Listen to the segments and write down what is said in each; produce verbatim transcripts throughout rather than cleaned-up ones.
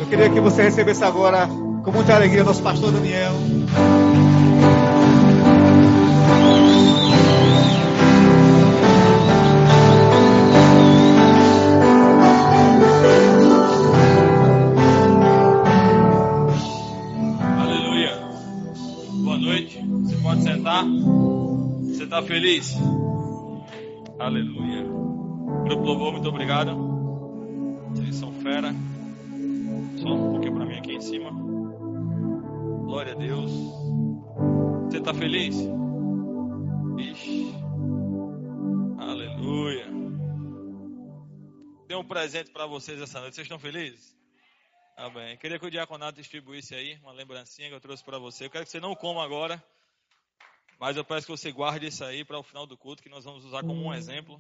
Eu queria que você recebesse agora, com muita alegria, nosso pastor Daniel. Aleluia. Boa noite. Você pode sentar? Você está feliz? Aleluia. Grupo Louvor, muito obrigado. Vocês são fera. Só um pouquinho para mim aqui em cima. Glória a Deus. Você está feliz? Ixi. Aleluia. Tem um presente para vocês essa noite. Vocês estão felizes? Amém. Queria que o diaconato distribuísse aí uma lembrancinha que eu trouxe para você. Eu quero que você não coma agora, mas eu peço que você guarde isso aí para o final do culto, que nós vamos usar como um exemplo.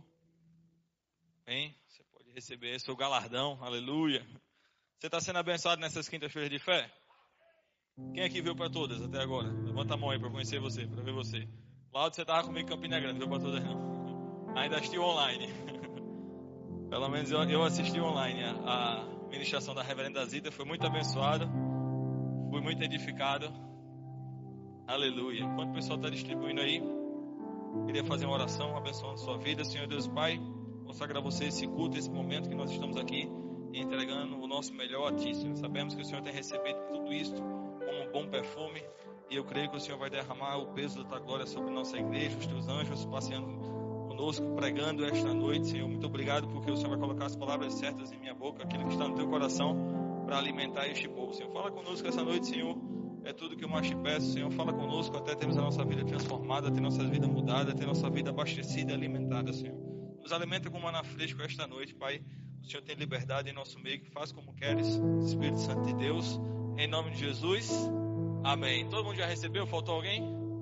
Bem, você pode receber seu galardão. Aleluia. Você está sendo abençoado nessas quintas-feiras de fé? Quem aqui veio para todas até agora? Levanta a mão aí para conhecer você, para ver você. Cláudio, você estava comigo em Campina Grande, veio para todas não? Ainda assistiu online. Pelo menos eu, eu assisti online a, a ministração da reverenda Zita, foi muito abençoado, fui muito edificado. Aleluia. Enquanto o pessoal está distribuindo aí, queria fazer uma oração abençoando a sua vida. Senhor Deus Pai, consagra a você esse culto, esse momento que nós estamos aqui entregando o nosso melhor a Ti, Senhor. Sabemos que o Senhor tem recebido tudo isto como um bom perfume, e eu creio que o Senhor vai derramar o peso da Tua glória sobre a nossa igreja, os Teus anjos passeando conosco, pregando esta noite, Senhor. Muito obrigado porque o Senhor vai colocar as palavras certas em minha boca, aquilo que está no Teu coração, para alimentar este povo, Senhor. Fala conosco essa noite, Senhor. É tudo que eu mais te peço, Senhor. Fala conosco até termos a nossa vida transformada, ter nossa vida mudada, ter nossa vida abastecida e alimentada, Senhor. Nos alimenta com maná fresco esta noite, Pai. O Senhor tem liberdade em nosso meio, que faz como queres, Espírito Santo de Deus, em nome de Jesus, amém. Todo mundo já recebeu? Faltou alguém?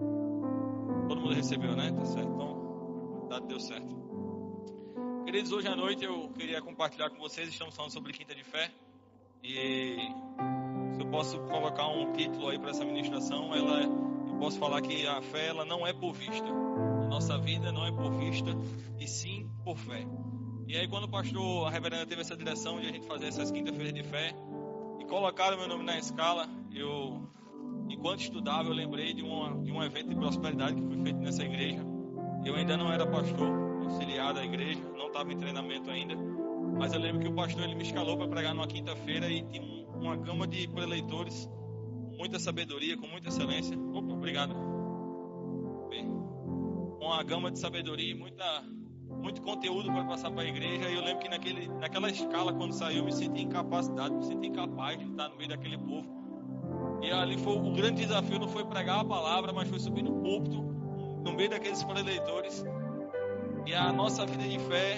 Todo mundo recebeu, né? Tá certo, então, tá, deu certo. Queridos, hoje à noite eu queria compartilhar com vocês, estamos falando sobre Quinta de Fé, e se eu posso colocar um título aí para essa ministração, ela, eu posso falar que a fé, ela não é por vista, a nossa vida não é por vista, e sim por fé. E aí quando o pastor, a reverenda teve essa direção de a gente fazer essas quinta-feiras de fé e colocaram meu nome na escala, eu, enquanto estudava, eu lembrei de, uma, de um evento de prosperidade que foi feito nessa igreja. Eu ainda não era pastor, auxiliar da igreja, não estava em treinamento ainda, mas eu lembro que o pastor ele me escalou para pregar numa quinta-feira e tinha um, uma gama de preleitores com muita sabedoria, com muita excelência. Opa, obrigado. Bem, uma gama de sabedoria e muita... muito conteúdo para passar para a igreja, e eu lembro que naquele, naquela escala, quando saiu, eu me senti incapacitado, me senti incapaz de estar no meio daquele povo, e ali foi o grande desafio, não foi pregar a palavra, mas foi subir no púlpito, no meio daqueles preleitores, e a nossa vida de fé,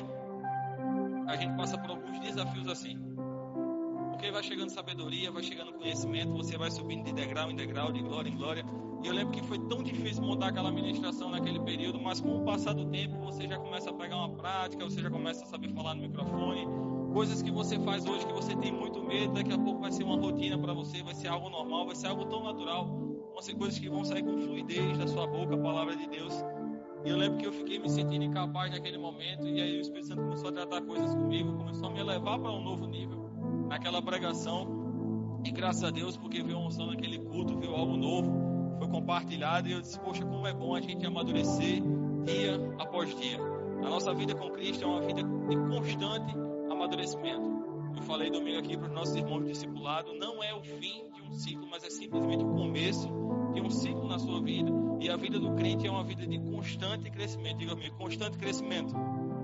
a gente passa por alguns desafios assim, porque vai chegando sabedoria, vai chegando conhecimento, você vai subindo de degrau em degrau, de glória em glória. E eu lembro que foi tão difícil montar aquela ministração naquele período, mas com o passar do tempo você já começa a pegar uma prática, você já começa a saber falar no microfone, coisas que você faz hoje que você tem muito medo, daqui a pouco vai ser uma rotina para você, vai ser algo normal, vai ser algo tão natural, vão ser coisas que vão sair com fluidez da sua boca, a palavra de Deus. E eu lembro que eu fiquei me sentindo incapaz naquele momento, e aí o Espírito Santo começou a tratar coisas comigo, começou a me levar para um novo nível naquela pregação, e graças a Deus, porque veio uma unção naquele culto, veio algo novo, foi compartilhado, e eu disse, poxa, como é bom a gente amadurecer dia após dia. A nossa vida com Cristo é uma vida de constante amadurecimento. Eu falei domingo aqui para os nossos irmãos de discipulado, não é o fim de um ciclo, mas é simplesmente o começo de um ciclo na sua vida. E a vida do crente é uma vida de constante crescimento. Diga comigo, constante crescimento.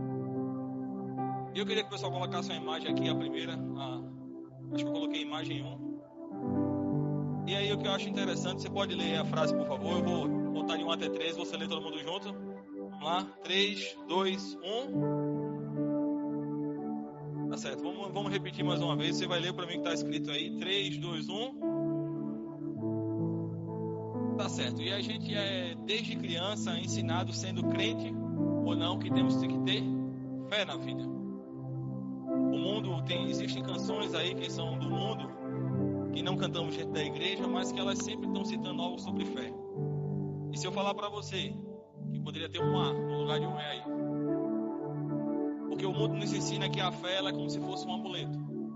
E eu queria que o pessoal colocasse uma imagem aqui, a primeira, a, acho que eu coloquei a imagem um. E aí o que eu acho interessante, você pode ler a frase, por favor? Eu vou contar de um até três, você lê todo mundo junto. Vamos lá, três, dois, um. Tá certo, vamos, vamos repetir mais uma vez. Você vai ler para mim o que está escrito aí. três, dois, um. Tá certo, e a gente é desde criança ensinado, sendo crente ou não, que temos que ter fé na vida. O mundo tem, existem canções aí que são do mundo, que não cantamos dentro da igreja, mas que elas sempre estão citando algo sobre fé. E se eu falar para você que poderia ter um A no lugar de um E aí, porque o mundo nos ensina que a fé ela é como se fosse um amuleto.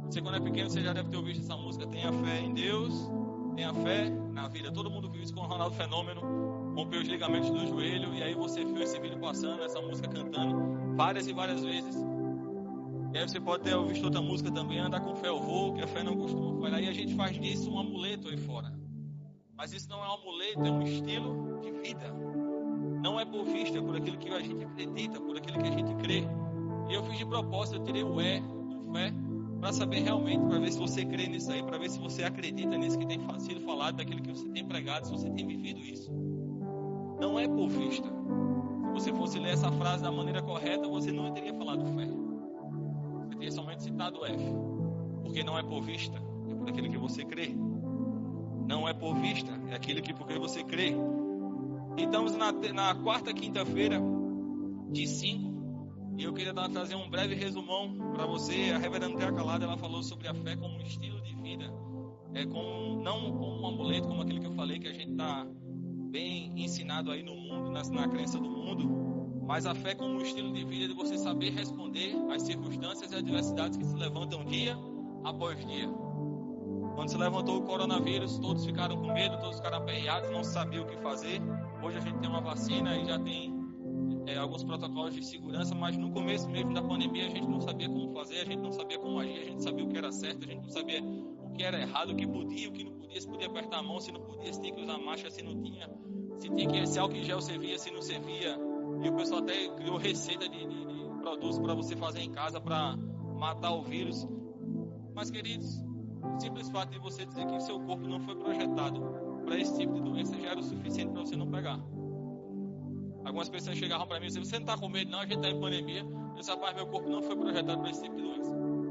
Você, quando é pequeno, você já deve ter ouvido essa música. Tenha fé em Deus, tenha fé na vida. Todo mundo viu isso com o Ronaldo Fenômeno. Rompeu os ligamentos do joelho. E aí você viu esse vídeo passando, essa música cantando várias e várias vezes. E aí você pode ter visto outra música também. Andar com fé eu vou, que a fé não costuma falhar. E a gente faz disso um amuleto aí fora. Mas isso não é um amuleto, é um estilo de vida. Não é por vista, é por aquilo que a gente acredita, por aquilo que a gente crê. E eu fiz de propósito, eu tirei o é do fé, para saber realmente, para ver se você crê nisso aí, para ver se você acredita nisso que tem sido falado, daquilo que você tem pregado, se você tem vivido isso. Não é por vista. Se você fosse ler essa frase da maneira correta, você não teria falado fé. Você teria somente citado F. Porque não é por vista, é por aquilo que você crê. Não é por vista, é aquilo que porque você crê. E estamos na, na quarta quinta-feira de cinco. E eu queria dar, trazer um breve resumão para você. A reverenda Andréa Calada, ela falou sobre a fé como um estilo de vida. É como, não como um amuleto, como aquilo que eu falei, que a gente está bem ensinado aí no mundo, na, na crença do mundo. Mas a fé como um estilo de vida de você saber responder às circunstâncias e adversidades que se levantam dia após dia. Quando se levantou o coronavírus, todos ficaram com medo, todos ficaram aperreados, não sabiam o que fazer. Hoje a gente tem uma vacina e já tem é, alguns protocolos de segurança, mas no começo mesmo da pandemia a gente não sabia como fazer, a gente não sabia como agir, a gente sabia o que era certo, a gente não sabia o que era errado, o que podia, o que não podia, se podia apertar a mão, se não podia, se tinha que usar máscara, se não tinha, se tinha que se álcool em gel servia, se não servia. E o pessoal até criou receita de, de, de produtos para você fazer em casa para matar o vírus. Mas, queridos, o simples fato de você dizer que o seu corpo não foi projetado para esse tipo de doença já era o suficiente para você não pegar. Algumas pessoas chegavam para mim e diziam: você não está com medo não, a gente está em pandemia. Eu disse: rapaz, meu corpo não foi projetado para esse tipo de doença.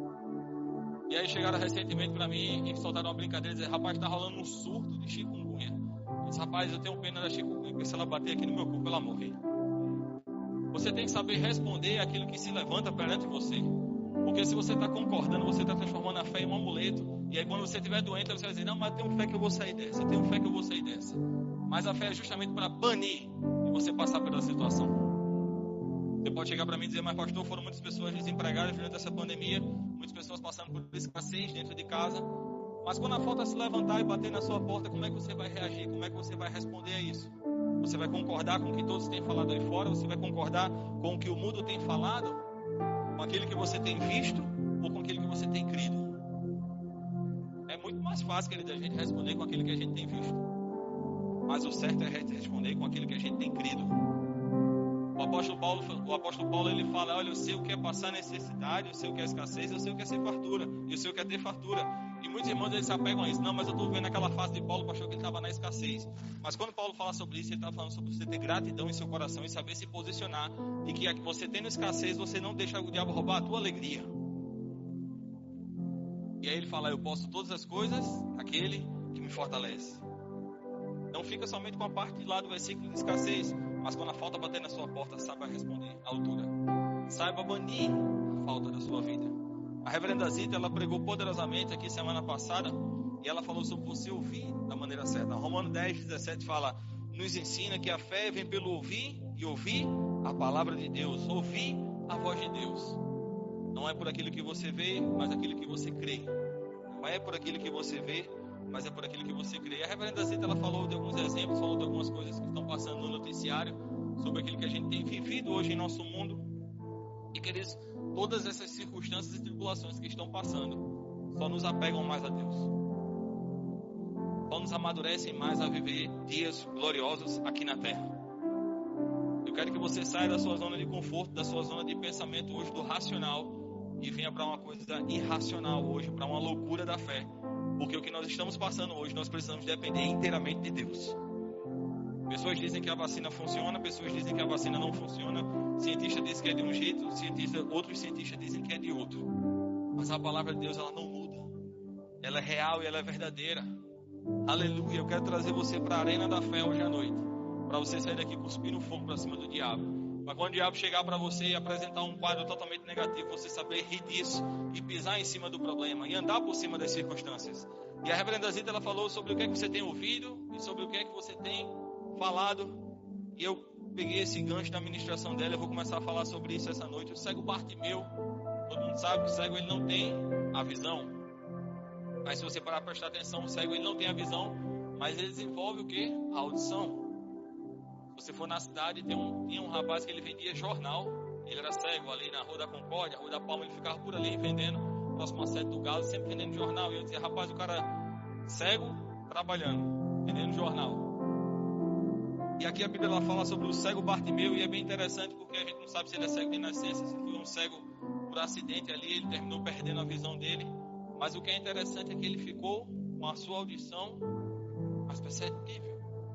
E aí chegaram recentemente para mim e soltaram uma brincadeira e disseram: rapaz, está rolando um surto de chikungunya. Eu disse: rapaz, eu tenho pena da chikungunya, porque se ela bater aqui no meu corpo, ela morre. Você tem que saber responder àquilo que se levanta perante você. Porque se você está concordando, você está transformando a fé em um amuleto. E aí quando você estiver doente, você vai dizer: não, mas eu tenho fé que eu vou sair dessa, eu tenho fé que eu vou sair dessa. Mas a fé é justamente para banir e você passar pela situação. Você pode chegar para mim e dizer: mas pastor, foram muitas pessoas desempregadas durante essa pandemia, muitas pessoas passando por escassez dentro de casa. Mas quando a falta se levantar e bater na sua porta, como é que você vai reagir? Como é que você vai responder a isso? Você vai concordar com o que todos têm falado aí fora? Você vai concordar com o que o mundo tem falado? Com aquilo que você tem visto? Ou com aquilo que você tem crido? É muito mais fácil, querido, a gente responder com aquilo que a gente tem visto. Mas o certo é a gente responder com aquilo que a gente tem crido. O apóstolo Paulo, o apóstolo Paulo ele fala: olha, eu sei o que é passar necessidade, eu sei o que é escassez, eu sei o que é ser fartura, eu sei o que é ter fartura. E muitos irmãos eles se apegam a isso. Não, mas eu estou vendo aquela fase de Paulo, pastor, que ele estava na escassez. Mas quando Paulo fala sobre isso, ele está falando sobre você ter gratidão em seu coração e saber se posicionar. E que você tendo escassez, você não deixa o diabo roubar a tua alegria. E aí ele fala: eu posso todas as coisas, aquele que me fortalece. Não fica somente com a parte lá do versículo de escassez, mas quando a falta bater na sua porta, saiba responder à altura. Saiba banir a falta da sua vida. A reverenda Zita, ela pregou poderosamente aqui semana passada, e ela falou sobre você ouvir da maneira certa. Romanos dez, dezessete fala, nos ensina que a fé vem pelo ouvir, e ouvir a palavra de Deus, ouvir a voz de Deus. Não é por aquilo que você vê, mas aquilo que você crê. Não é por aquilo que você vê, mas é por aquilo que você crê. A reverenda Zita, ela falou de alguns exemplos, falou de algumas coisas que estão passando no noticiário, sobre aquilo que a gente tem vivido hoje em nosso mundo. E, queridos, todas essas circunstâncias e tribulações que estão passando só nos apegam mais a Deus. Só nos amadurecem mais a viver dias gloriosos aqui na terra. Eu quero que você saia da sua zona de conforto, da sua zona de pensamento hoje do racional e venha para uma coisa irracional hoje, para uma loucura da fé. Porque o que nós estamos passando hoje, nós precisamos depender inteiramente de Deus. Pessoas dizem que a vacina funciona, pessoas dizem que a vacina não funciona. Cientistas dizem que é de um jeito, cientista, outros cientistas dizem que é de outro. Mas a palavra de Deus, ela não muda. Ela é real e ela é verdadeira. Aleluia. Eu quero trazer você para a arena da fé hoje à noite, para você sair daqui cuspindo fogo para cima do diabo. Mas quando o diabo chegar para você e apresentar um quadro totalmente negativo, você saber rir disso e pisar em cima do problema e andar por cima das circunstâncias. E a reverenda Zita, ela falou sobre o que é que você tem ouvido e sobre o que é que você tem falado. E eu peguei esse gancho da ministração dela, eu vou começar a falar sobre isso essa noite. O cego Bartimeu, todo mundo sabe que o cego ele não tem a visão. Mas se você parar para prestar atenção, o cego ele não tem a visão, mas ele desenvolve o quê? A audição. Se você for na cidade, tem um, tinha um rapaz que ele vendia jornal. Ele era cego ali na Rua da Concórdia, Rua da Palma, ele ficava por ali vendendo, próximo à sede do Galo, sempre vendendo jornal. E eu dizia, rapaz, o cara cego trabalhando, vendendo jornal. E aqui a Bíblia ela fala sobre o cego Bartimeu, e é bem interessante porque a gente não sabe se ele é cego de nascença, se foi um cego por acidente ali, ele terminou perdendo a visão dele. Mas o que é interessante é que ele ficou com a sua audição mais perceptível.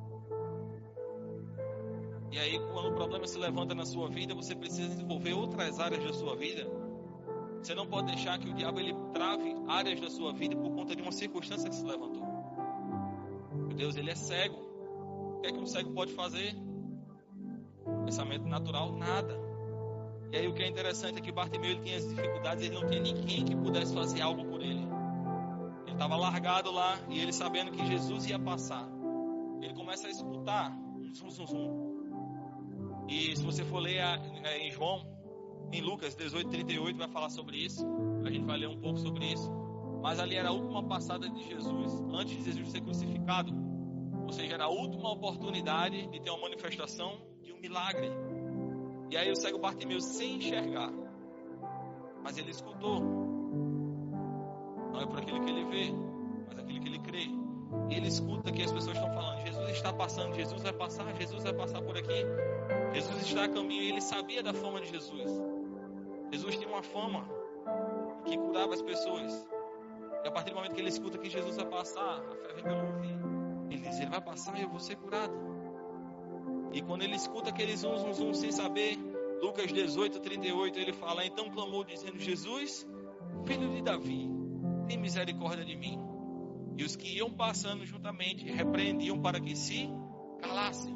E aí, quando o problema se levanta na sua vida, você precisa desenvolver outras áreas da sua vida. Você não pode deixar que o diabo ele trave áreas da sua vida por conta de uma circunstância que se levantou. Meu Deus, ele é cego. O que é que um cego pode fazer? Pensamento natural, nada. E aí o que é interessante é que Bartimeu ele tinha as dificuldades, ele não tinha ninguém que pudesse fazer algo por ele. Ele estava largado lá e ele sabendo que Jesus ia passar. Ele começa a escutar um zum, zum, zum. E se você for ler é, em João, em Lucas dezoito, trinta e oito, vai falar sobre isso. A gente vai ler um pouco sobre isso. Mas ali era a última passada de Jesus, antes de Jesus ser crucificado. Ou seja, era a última oportunidade de ter uma manifestação de um milagre. E aí o cego Bartimeu, sem enxergar, mas ele escutou. Não é por aquilo que ele vê, mas aquilo que ele crê. E ele escuta que as pessoas estão falando, Jesus está passando, Jesus vai passar, Jesus vai passar por aqui. Jesus está a caminho, e ele sabia da fama de Jesus. Jesus tinha uma fama que curava as pessoas. E a partir do momento que ele escuta que Jesus vai passar, a fé vem pelo ouvir. Ele diz, ele vai passar e eu vou ser curado. E quando ele escuta aquele zum, zum, zum, sem saber, Lucas dezoito, trinta e oito, ele fala, então clamou dizendo, Jesus, filho de Davi, tem misericórdia de mim. E os que iam passando juntamente repreendiam para que se calassem.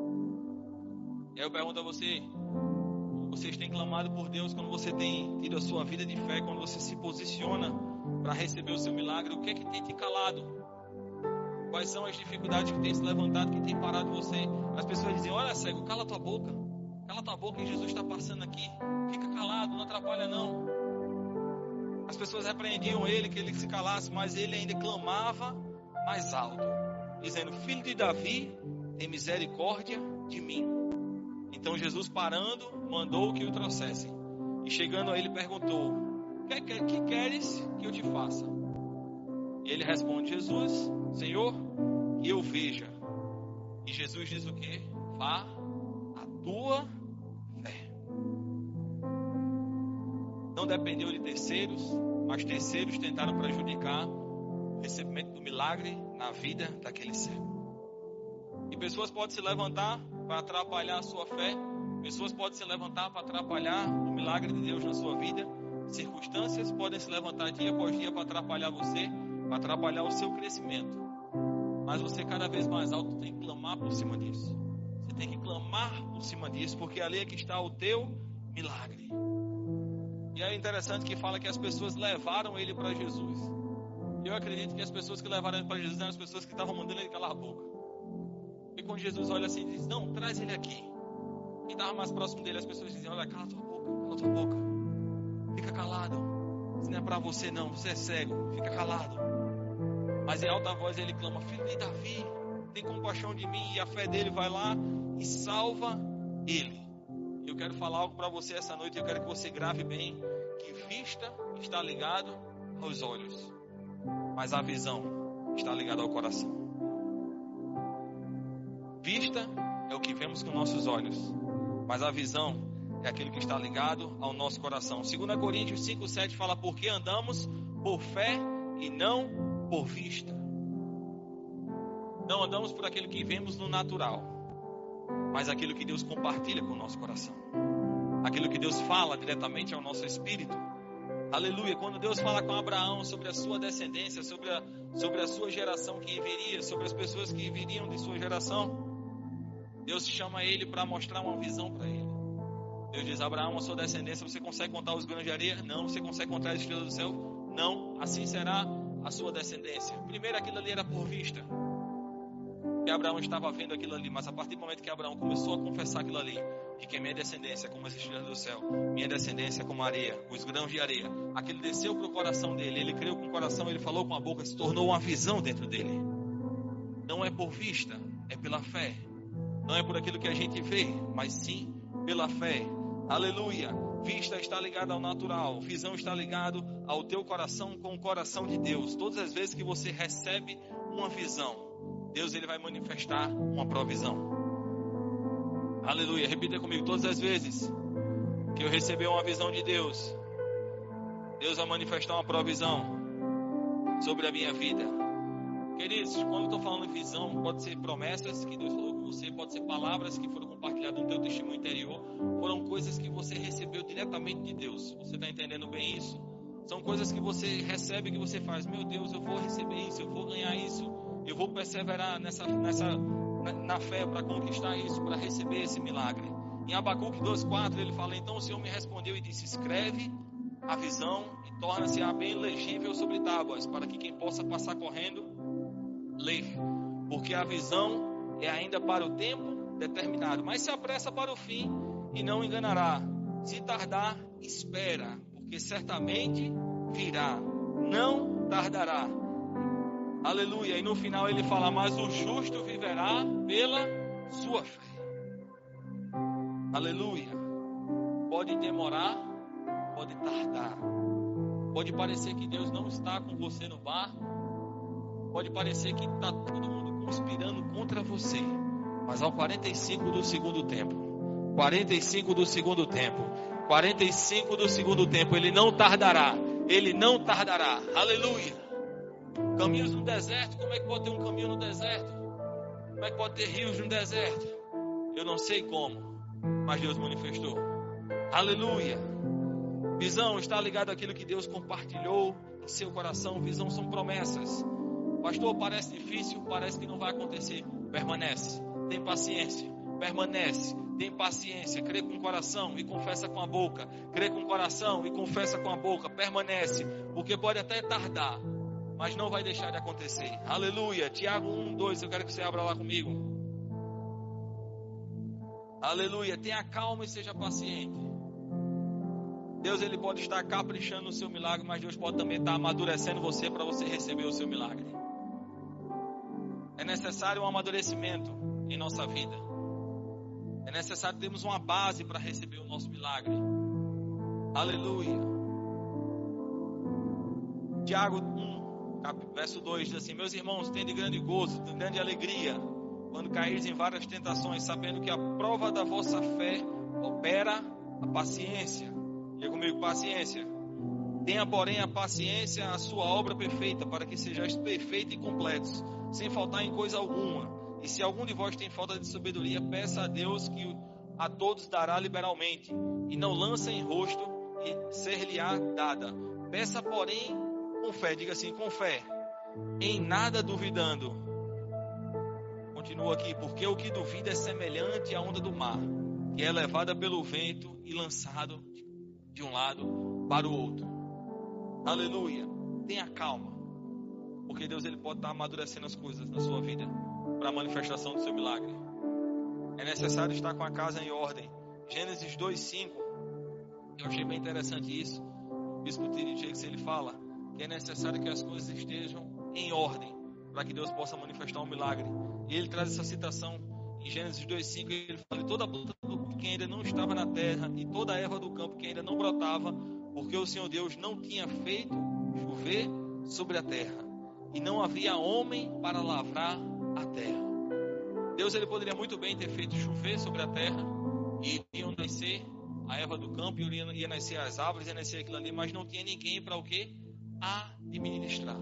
E aí eu pergunto a você, vocês têm clamado por Deus quando você tem tido a sua vida de fé, quando você se posiciona para receber o seu milagre, o que é que tem te calado? Quais são as dificuldades que tem se levantado, que tem parado você? As pessoas dizem, olha cego, cala tua boca, cala tua boca que Jesus está passando aqui, fica calado, não atrapalha não. As pessoas repreendiam ele, que ele se calasse, mas ele ainda clamava mais alto, dizendo, filho de Davi, tem misericórdia de mim. Então Jesus parando, mandou que o trouxessem. E chegando a ele perguntou, o que, que, que queres que eu te faça? E ele responde, Jesus, Senhor, que eu veja. E Jesus diz o quê? Vá a tua fé. Não dependeu de terceiros, mas terceiros tentaram prejudicar o recebimento do milagre na vida daquele cego. E pessoas podem se levantar para atrapalhar a sua fé. Pessoas podem se levantar para atrapalhar o milagre de Deus na sua vida. Circunstâncias podem se levantar dia após dia para atrapalhar você, para atrapalhar o seu crescimento. Mas você cada vez mais alto tem que clamar por cima disso. Você tem que clamar por cima disso, porque ali é que está o teu milagre. E é interessante que fala que as pessoas levaram ele para Jesus. Eu acredito que as pessoas que levaram ele para Jesus eram as pessoas que estavam mandando ele calar a boca. E quando Jesus olha assim e diz, não, traz ele aqui. Quem estava mais próximo dele, as pessoas dizem, olha, cala tua boca, cala tua boca. Fica calado. Isso não é para você não, você é cego, fica calado. Mas em alta voz ele clama, filho de Davi, tem compaixão de mim. E a fé dele vai lá e salva ele. Eu quero falar algo para você essa noite. Eu quero que você grave bem, que vista está ligado aos olhos, mas a visão está ligada ao coração. Vista é o que vemos com nossos olhos, mas a visão é aquilo que está ligado ao nosso coração. Dois Coríntios cinco, sete fala, porque andamos por fé e não por vista. Não andamos por aquilo que vemos no natural, mas aquilo que Deus compartilha com o nosso coração, aquilo que Deus fala diretamente ao nosso espírito. Aleluia. Quando Deus fala com Abraão sobre a sua descendência, sobre a, sobre a sua geração que viria, sobre as pessoas que viriam de sua geração, Deus chama ele para mostrar uma visão para ele. Deus diz, Abraão, a sua descendência, você consegue contar os grãos de areia? Não. Você consegue contar as estrelas do céu? Não. Assim será a sua descendência. Primeiro aquilo ali era por vista. que Abraão estava vendo aquilo ali, mas a partir do momento que Abraão começou a confessar aquilo ali, de que minha descendência é como as estrelas do céu, minha descendência é como a areia, os grãos de areia, aquilo desceu para o coração dele, ele creu com o coração, ele falou com a boca, se tornou uma visão dentro dele. Não é por vista, é pela fé. Não é por aquilo que a gente vê, mas sim pela fé. Aleluia. Vista está ligada ao natural, visão está ligado ao teu coração com o coração de Deus. Todas as vezes que você recebe uma visão, Deus ele vai manifestar uma provisão. Aleluia. Repita comigo, todas as vezes que eu receber uma visão de Deus, Deus vai manifestar uma provisão sobre a minha vida. Queridos, quando eu estou falando de visão, pode ser promessas que Deus falou com você, pode ser palavras que foram compartilhadas no teu testemunho interior, foram coisas que você recebeu diretamente de Deus. Você está entendendo bem isso? São coisas que você recebe, que você faz, meu Deus, eu vou receber isso, eu vou ganhar isso, eu vou perseverar nessa, nessa, na, na fé para conquistar isso, para receber esse milagre. Em Abacuque dois, quatro, ele fala, então o Senhor me respondeu e disse, escreve a visão e torna-se-a bem legível sobre tábuas, para que quem possa passar correndo ler, porque a visão é ainda para o tempo determinado, mas se apressa para o fim e não enganará. Se tardar, espera, porque certamente virá, não tardará. Aleluia. E no final ele fala, mas o justo viverá pela sua fé. Aleluia. Pode demorar, pode tardar, pode parecer que Deus não está com você no barco, pode parecer que está todo mundo conspirando contra você. Mas ao quarenta e cinco do segundo tempo, quarenta e cinco do segundo tempo, quarenta e cinco do segundo tempo, ele não tardará. Ele não tardará. Aleluia. Caminhos no deserto. Como é que pode ter um caminho no deserto? Como é que pode ter rios no deserto? Eu não sei como, mas Deus manifestou. Aleluia. Visão está ligado àquilo que Deus compartilhou em seu coração. Visão são promessas. Pastor, parece difícil, parece que não vai acontecer. Permanece, tem paciência, permanece, tem paciência, crê com o coração e confessa com a boca. Crê com o coração e confessa com a boca, permanece, porque pode até tardar, mas não vai deixar de acontecer. Aleluia. Tiago um, dois, eu quero que você abra lá comigo. Aleluia. Tenha calma e seja paciente. Deus ele pode estar caprichando no seu milagre, mas Deus pode também estar amadurecendo você para você receber o seu milagre. É necessário um amadurecimento em nossa vida. É necessário termos uma base para receber o nosso milagre. Aleluia. Tiago um, verso dois diz assim: meus irmãos, tende grande gozo, grande alegria, quando caíres em várias tentações, sabendo que a prova da vossa fé opera a paciência. Diga comigo, paciência. Tenha, porém, a paciência a sua obra perfeita, para que sejais perfeitos e completos, sem faltar em coisa alguma. E se algum de vós tem falta de sabedoria, peça a Deus, que a todos dará liberalmente, e não lança em rosto, e ser-lhe-á dada. Peça, porém, com fé, diga assim, com fé, em nada duvidando. Continua aqui, porque o que duvida é semelhante à onda do mar, que é levada pelo vento e lançado de um lado para o outro. Aleluia. Tenha calma, porque Deus ele pode estar amadurecendo as coisas na sua vida para a manifestação do seu milagre. É necessário estar com a casa em ordem. Gênesis dois, cinco. Eu achei bem interessante isso. O bispo T D Jakes ele fala que é necessário que as coisas estejam em ordem para que Deus possa manifestar um milagre. E ele traz essa citação em Gênesis dois, cinco. Ele fala: toda a planta do campo que ainda não estava na terra, e toda a erva do campo que ainda não brotava, porque o Senhor Deus não tinha feito chover sobre a terra, e não havia homem para lavrar a terra. Deus ele poderia muito bem ter feito chover sobre a terra, e iriam nascer a erva do campo, e ia, ia nascer as árvores, ia nascer aquilo ali, mas não tinha ninguém para o quê? Administrar.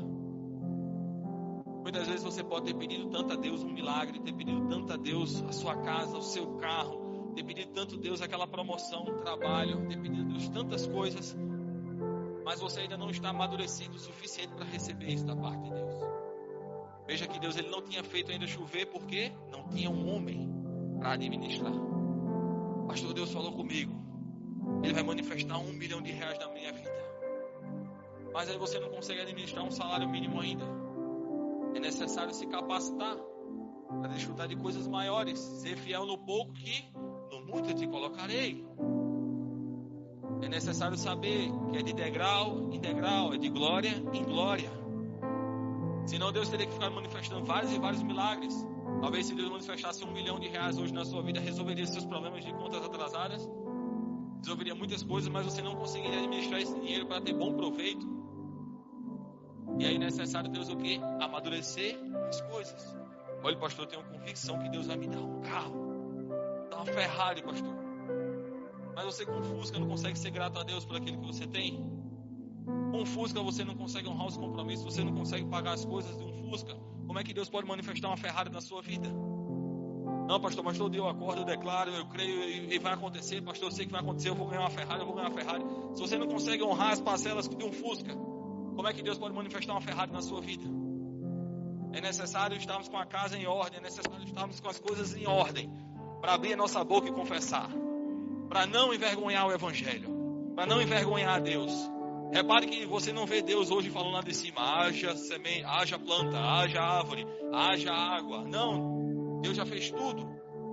Muitas vezes você pode ter pedido tanto a Deus um milagre, ter pedido tanto a Deus a sua casa, o seu carro, ter pedido tanto a Deus aquela promoção, um trabalho, ter pedido a Deus tantas coisas, mas você ainda não está amadurecido o suficiente para receber isso da parte de Deus. Veja que Deus ele não tinha feito ainda chover porque não tinha um homem para administrar. Pastor, Deus falou comigo, Ele vai manifestar um milhão de reais na minha vida, mas aí você não consegue administrar um salário mínimo ainda. É necessário se capacitar. para desfrutar de coisas maiores. Ser fiel no pouco que no muito eu te colocarei. É necessário saber que é de degrau em degrau, é de glória em glória. Senão Deus teria que ficar manifestando vários e vários milagres. Talvez se Deus manifestasse um milhão de reais hoje na sua vida, resolveria seus problemas de contas atrasadas, resolveria muitas coisas, mas você não conseguiria administrar esse dinheiro para ter bom proveito. E aí é necessário Deus o quê? Amadurecer as coisas. Olha, pastor, eu tenho convicção que Deus vai me dar um carro, dar uma Ferrari, pastor. Mas você com Fusca não consegue ser grato a Deus por aquilo que você tem. Com Fusca você não consegue honrar os compromissos, você não consegue pagar as coisas de um Fusca. Como é que Deus pode manifestar uma Ferrari na sua vida? Não, pastor, mas todo dia eu acordo, eu declaro, eu creio e, e vai acontecer. Pastor, eu sei que vai acontecer, eu vou ganhar uma Ferrari, eu vou ganhar uma Ferrari. Se você não consegue honrar as parcelas de um Fusca, como é que Deus pode manifestar uma Ferrari na sua vida? É necessário estarmos com a casa em ordem, é necessário estarmos com as coisas em ordem, para abrir a nossa boca e confessar, para não envergonhar o Evangelho, para não envergonhar a Deus. Repare que você não vê Deus hoje falando lá de cima, haja semente, haja planta, haja árvore, haja água. Não, Deus já fez tudo.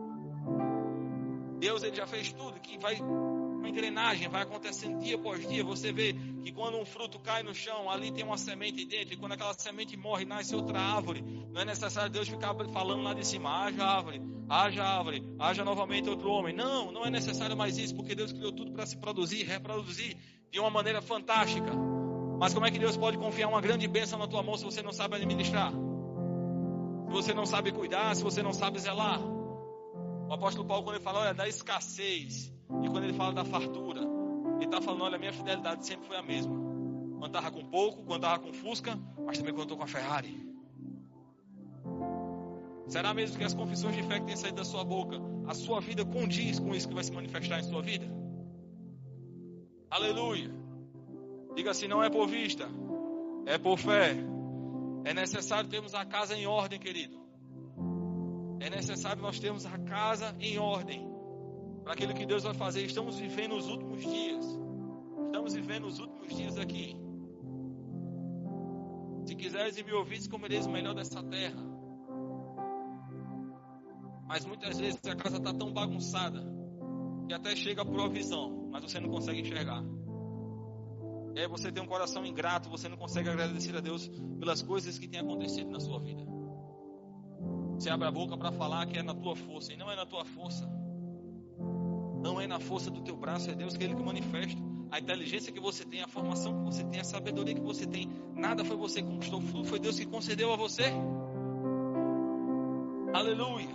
Deus ele já fez tudo, que vai uma engrenagem, vai acontecendo dia após dia. Você vê que quando um fruto cai no chão, ali tem uma semente dentro, e quando aquela semente morre, nasce outra árvore. Não é necessário Deus ficar falando lá de cima, haja árvore, haja árvore, haja novamente outro homem. Não, não é necessário mais isso, porque Deus criou tudo para se produzir, reproduzir de uma maneira fantástica. Mas como é que Deus pode confiar uma grande bênção na tua mão se você não sabe administrar? Se você não sabe cuidar, se você não sabe zelar? O apóstolo Paulo, quando ele fala, olha, da escassez, e quando ele fala da fartura, ele está falando, olha, a minha fidelidade sempre foi a mesma. Quando estava com pouco, quando estava com Fusca, mas também quando estou com a Ferrari. Será mesmo que as confissões de fé que têm saído da sua boca, a sua vida condiz com isso que vai se manifestar em sua vida? Aleluia. Diga assim, não é por vista, é por fé. É necessário termos a casa em ordem, querido. É necessário nós termos a casa em ordem para aquilo que Deus vai fazer. Estamos vivendo os últimos dias. Estamos vivendo os últimos dias aqui. Se quiseres e me ouvires, comereis o melhor dessa terra. Mas muitas vezes a casa está tão bagunçada que até chega a provisão, mas você não consegue enxergar. E aí você tem um coração ingrato, você não consegue agradecer a Deus pelas coisas que têm acontecido na sua vida. Você abre a boca para falar que é na tua força, e não é na tua força. Não é na força do teu braço, é Deus que é Ele que manifesta. A inteligência que você tem, a formação que você tem, a sabedoria que você tem, nada foi você que conquistou, tudo foi Deus que concedeu a você. Aleluia.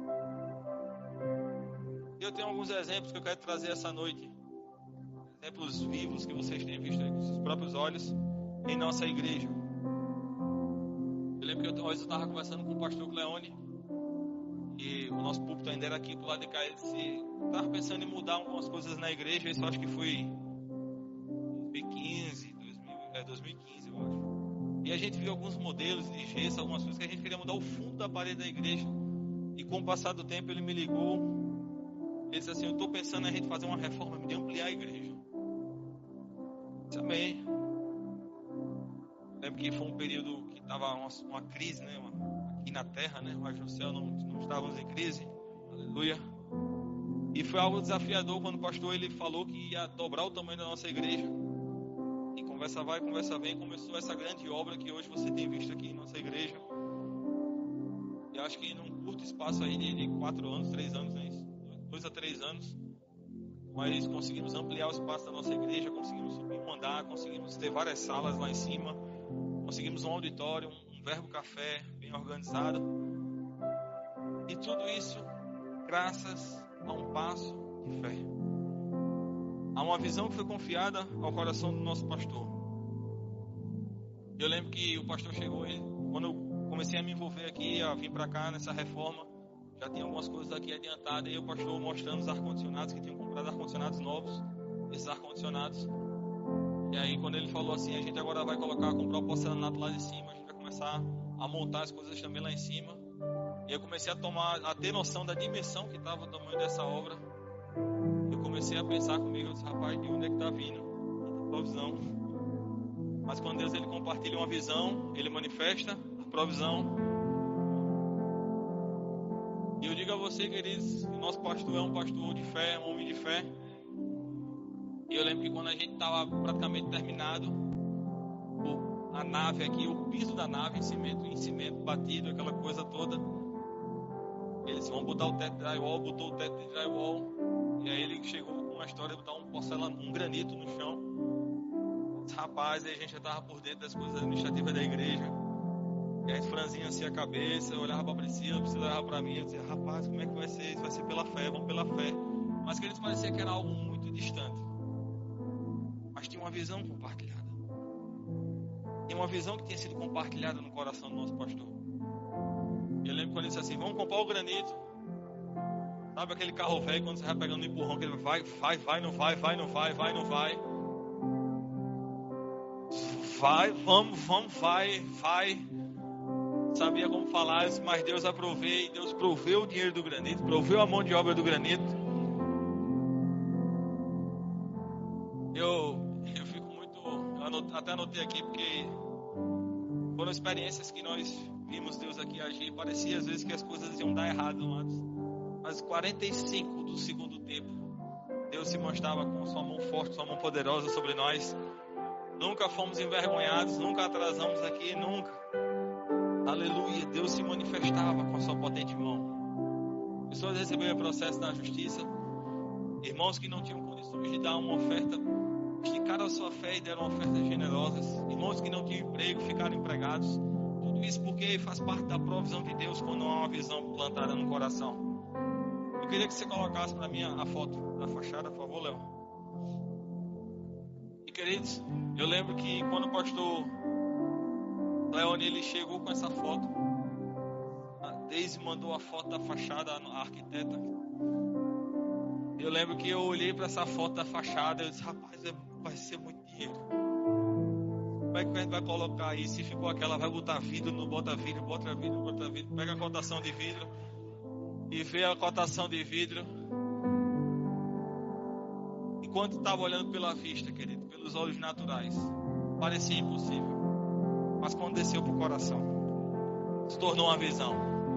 Eu tenho alguns exemplos que eu quero trazer essa noite. Exemplos vivos que vocês têm visto aí com seus próprios olhos em nossa igreja. Eu lembro que eu estava conversando com o pastor Cleone e o nosso púlpito ainda era aqui pro lado de cá. Ele disse, estava pensando em mudar algumas coisas na igreja. Isso acho que foi dois mil e quinze, dois mil, é, dois mil e quinze eu acho. E a gente viu alguns modelos de gesso, algumas coisas que a gente queria mudar o fundo da parede da igreja. E com o passar do tempo ele me ligou. Ele disse assim, eu estou pensando em a gente fazer uma reforma de ampliar a igreja. Eu disse, amém. Lembro que foi um período que estava uma, uma crise, né? Uma, aqui na terra, né? Mas no céu não, não estávamos em crise. Aleluia. E foi algo desafiador quando o pastor ele falou que ia dobrar o tamanho da nossa igreja. E conversa vai, conversa vem, começou essa grande obra que hoje você tem visto aqui em nossa igreja. E acho que num curto espaço aí de, de quatro anos, três anos, né? Dois a três anos, mas conseguimos ampliar o espaço da nossa igreja, conseguimos subir um andar, conseguimos ter várias salas lá em cima, conseguimos um auditório, um, um verbo café bem organizado, e tudo isso graças a um passo de fé, a uma visão que foi confiada ao coração do nosso pastor. Eu lembro que o pastor chegou, ele, quando eu comecei a me envolver aqui, a vir para cá nessa reforma, já tinha algumas coisas aqui adiantadas, e o pastor mostrando os ar-condicionados, que tinham comprado ar-condicionados novos, esses ar-condicionados. E aí quando ele falou assim, a gente agora vai colocar, comprar o porcelanato lá de cima, a gente vai começar a montar as coisas também lá em cima. E eu comecei a tomar, a ter noção da dimensão que estava o tamanho dessa obra. Eu comecei a pensar comigo, eu disse, rapaz, de onde é que está vindo a provisão? Mas quando Deus ele compartilha uma visão, ele manifesta a provisão. você, queridos, que o nosso pastor é um pastor de fé, é um homem de fé. E eu lembro que quando a gente estava praticamente terminado, a nave aqui, o piso da nave em cimento, em cimento batido, aquela coisa toda. Eles vão botar o teto de drywall, botou o teto de drywall. E aí ele chegou com uma história de botar um porcelana, um granito no chão. Rapaz, aí a gente já estava por dentro das coisas administrativas da igreja. E a gente franzinha assim a cabeça, eu olhava para Priscila, Priscila olhava para mim, eu dizia, rapaz, como é que vai ser isso? Vai ser pela fé, vamos pela fé. Mas que eles parecia que era algo muito distante. Mas tinha uma visão compartilhada. Tinha uma visão que tinha sido compartilhada no coração do nosso pastor. Eu lembro quando ele disse assim, vamos comprar o granito. Sabe aquele carro velho, quando você vai pegando um empurrão, que ele vai, vai, vai, não vai, vai, não vai, vai, não vai. Vai, vamos, vamos, vai, vai. Sabia como falar, mas Deus aprovei, Deus proveu o dinheiro do granito, proveu a mão de obra do granito. Eu, eu fico muito, eu anot, até anotei aqui, porque foram experiências que nós vimos Deus aqui agir. Parecia às vezes que as coisas iam dar errado antes. Mas quarenta e cinco do segundo tempo, Deus se mostrava com sua mão forte, sua mão poderosa sobre nós. Nunca fomos envergonhados, nunca atrasamos aqui, nunca. Aleluia, Deus se manifestava com a sua potente mão. Pessoas receberam processo na justiça. Irmãos que não tinham condições de dar uma oferta, esticaram a sua fé e deram ofertas generosas. Irmãos que não tinham emprego, ficaram empregados. Tudo isso porque faz parte da provisão de Deus quando há uma visão plantada no coração. Eu queria que você colocasse para mim a foto da fachada, por favor, Léo. E queridos, eu lembro que quando o pastor Leone, ele chegou com essa foto, a Deise mandou a foto da fachada, a arquiteta. Eu lembro que eu olhei para essa foto da fachada e eu disse, rapaz, vai ser muito dinheiro. Como é que a gente vai colocar aí? Se ficou aquela, vai botar vidro, não bota vidro, bota vidro, bota vidro. Pega a cotação de vidro e vê a cotação de vidro. Enquanto estava olhando pela vista, querido, pelos olhos naturais, parecia impossível. Mas quando desceu para o coração, se tornou uma visão.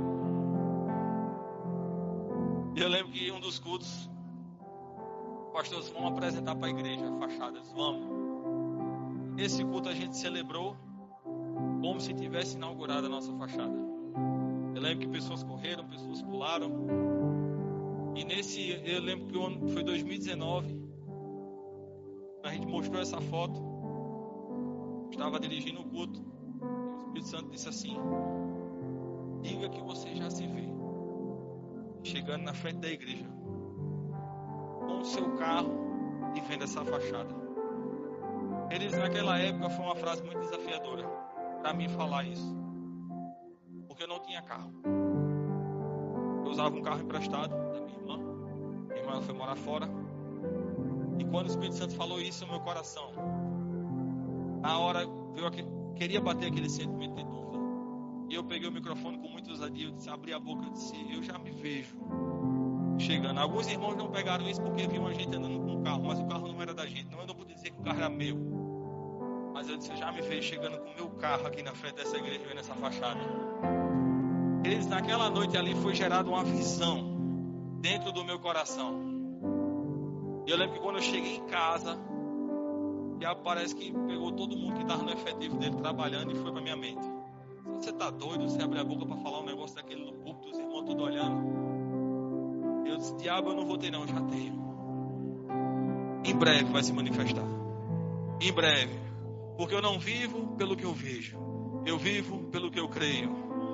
E eu lembro que um dos cultos, pastores, vamos apresentar para a igreja a fachada. Disse, vamos. Esse culto a gente celebrou como se tivesse inaugurado a nossa fachada. Eu lembro que pessoas correram, pessoas pularam. E nesse, eu lembro que o ano foi dois mil e dezenove. A gente mostrou essa foto. Eu estava dirigindo o culto. E o Espírito Santo disse assim: diga que você já se vê chegando na frente da igreja com o seu carro e vendo essa fachada. Eles, naquela época, foi uma frase muito desafiadora para mim falar isso, porque eu não tinha carro. Eu usava um carro emprestado da minha irmã. Minha irmã foi morar fora. E quando o Espírito Santo falou isso no meu coração, na hora eu queria bater aquele sentimento de dúvida. E eu peguei o microfone com muita ousadia, eu disse, abri a boca, eu disse, eu já me vejo chegando. Alguns irmãos não pegaram isso porque viam a gente andando com o carro, mas o carro não era da gente. Não, eu não podia dizer que o carro era meu. Mas eu disse, eu já me vejo chegando com o meu carro aqui na frente dessa igreja, vendo essa fachada. Eles, naquela noite ali, foi gerada uma visão dentro do meu coração. E eu lembro que quando eu cheguei em casa, já parece que pegou todo mundo que estava no efetivo dele trabalhando e foi para minha mente. Você tá doido? Você abre a boca para falar um negócio daquele no púlpito, os irmãos todos olhando. Eu disse, diabo, eu não vou ter não, eu já tenho. Em breve vai se manifestar. Em breve. Porque eu não vivo pelo que eu vejo. Eu vivo pelo que eu creio.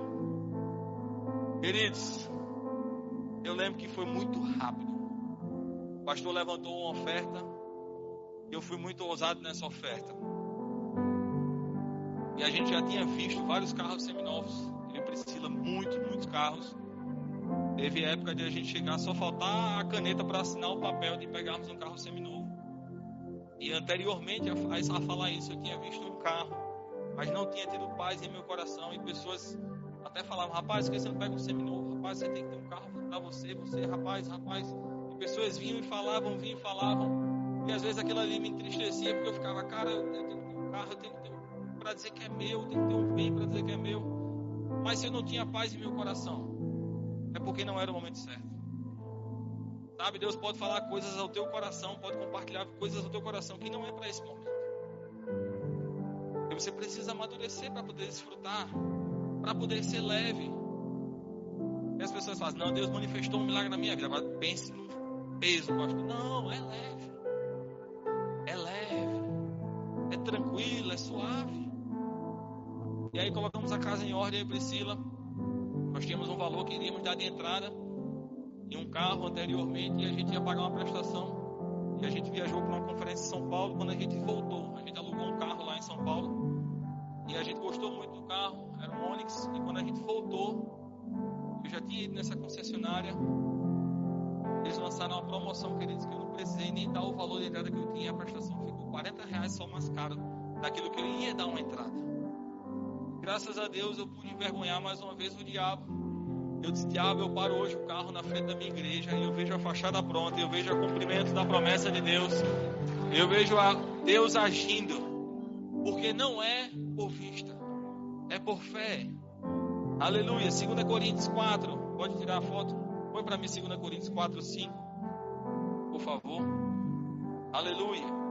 Queridos, eu lembro que foi muito rápido. O pastor levantou uma oferta. Eu fui muito ousado nessa oferta. E a gente já tinha visto vários carros seminovos. Eu e Priscila, muitos, muitos carros. Teve época de a gente chegar, só faltar a caneta para assinar o papel de pegarmos um carro seminovo. E anteriormente a, a falar isso, eu tinha visto um carro, mas não tinha tido paz em meu coração. E pessoas até falavam, rapaz, por que você não pega um seminovo? Rapaz, você tem que ter um carro para você, você, rapaz, rapaz. E pessoas vinham e falavam, vinham e falavam. E às vezes aquilo ali me entristecia, porque eu ficava, cara, eu, eu tenho que ter um carro, eu tenho que ter um para dizer que é meu, tem que ter um bem para dizer que é meu. Mas se eu não tinha paz em meu coração, é porque não era o momento certo. Sabe, Deus pode falar coisas ao teu coração, pode compartilhar coisas ao teu coração que não é para esse momento. E você precisa amadurecer para poder desfrutar, para poder ser leve. E as pessoas falam, não, Deus manifestou um milagre na minha vida. Agora pense no peso, pastor. Não, é leve. É leve. É tranquilo, é suave. E aí colocamos a casa em ordem, eu e Priscila. Nós tínhamos um valor que iríamos dar de entrada em um carro anteriormente e a gente ia pagar uma prestação. E a gente viajou para uma conferência em São Paulo. Quando a gente voltou, a gente alugou um carro lá em São Paulo. E a gente gostou muito do carro, era um Onix. E quando a gente voltou, eu já tinha ido nessa concessionária. Eles lançaram uma promoção, queridos, que eu não precisei nem dar o valor de entrada que eu tinha. A prestação ficou quarenta reais só mais caro daquilo que eu ia dar uma entrada. Graças a Deus eu pude envergonhar mais uma vez o diabo. Eu disse, diabo, eu paro hoje o carro na frente da minha igreja e eu vejo a fachada pronta, eu vejo o cumprimento da promessa de Deus, eu vejo a Deus agindo, porque não é por vista, é por fé. Aleluia. Segunda Coríntios quatro, pode tirar a foto? Põe para mim Segunda Coríntios quatro, cinco, por favor. Aleluia.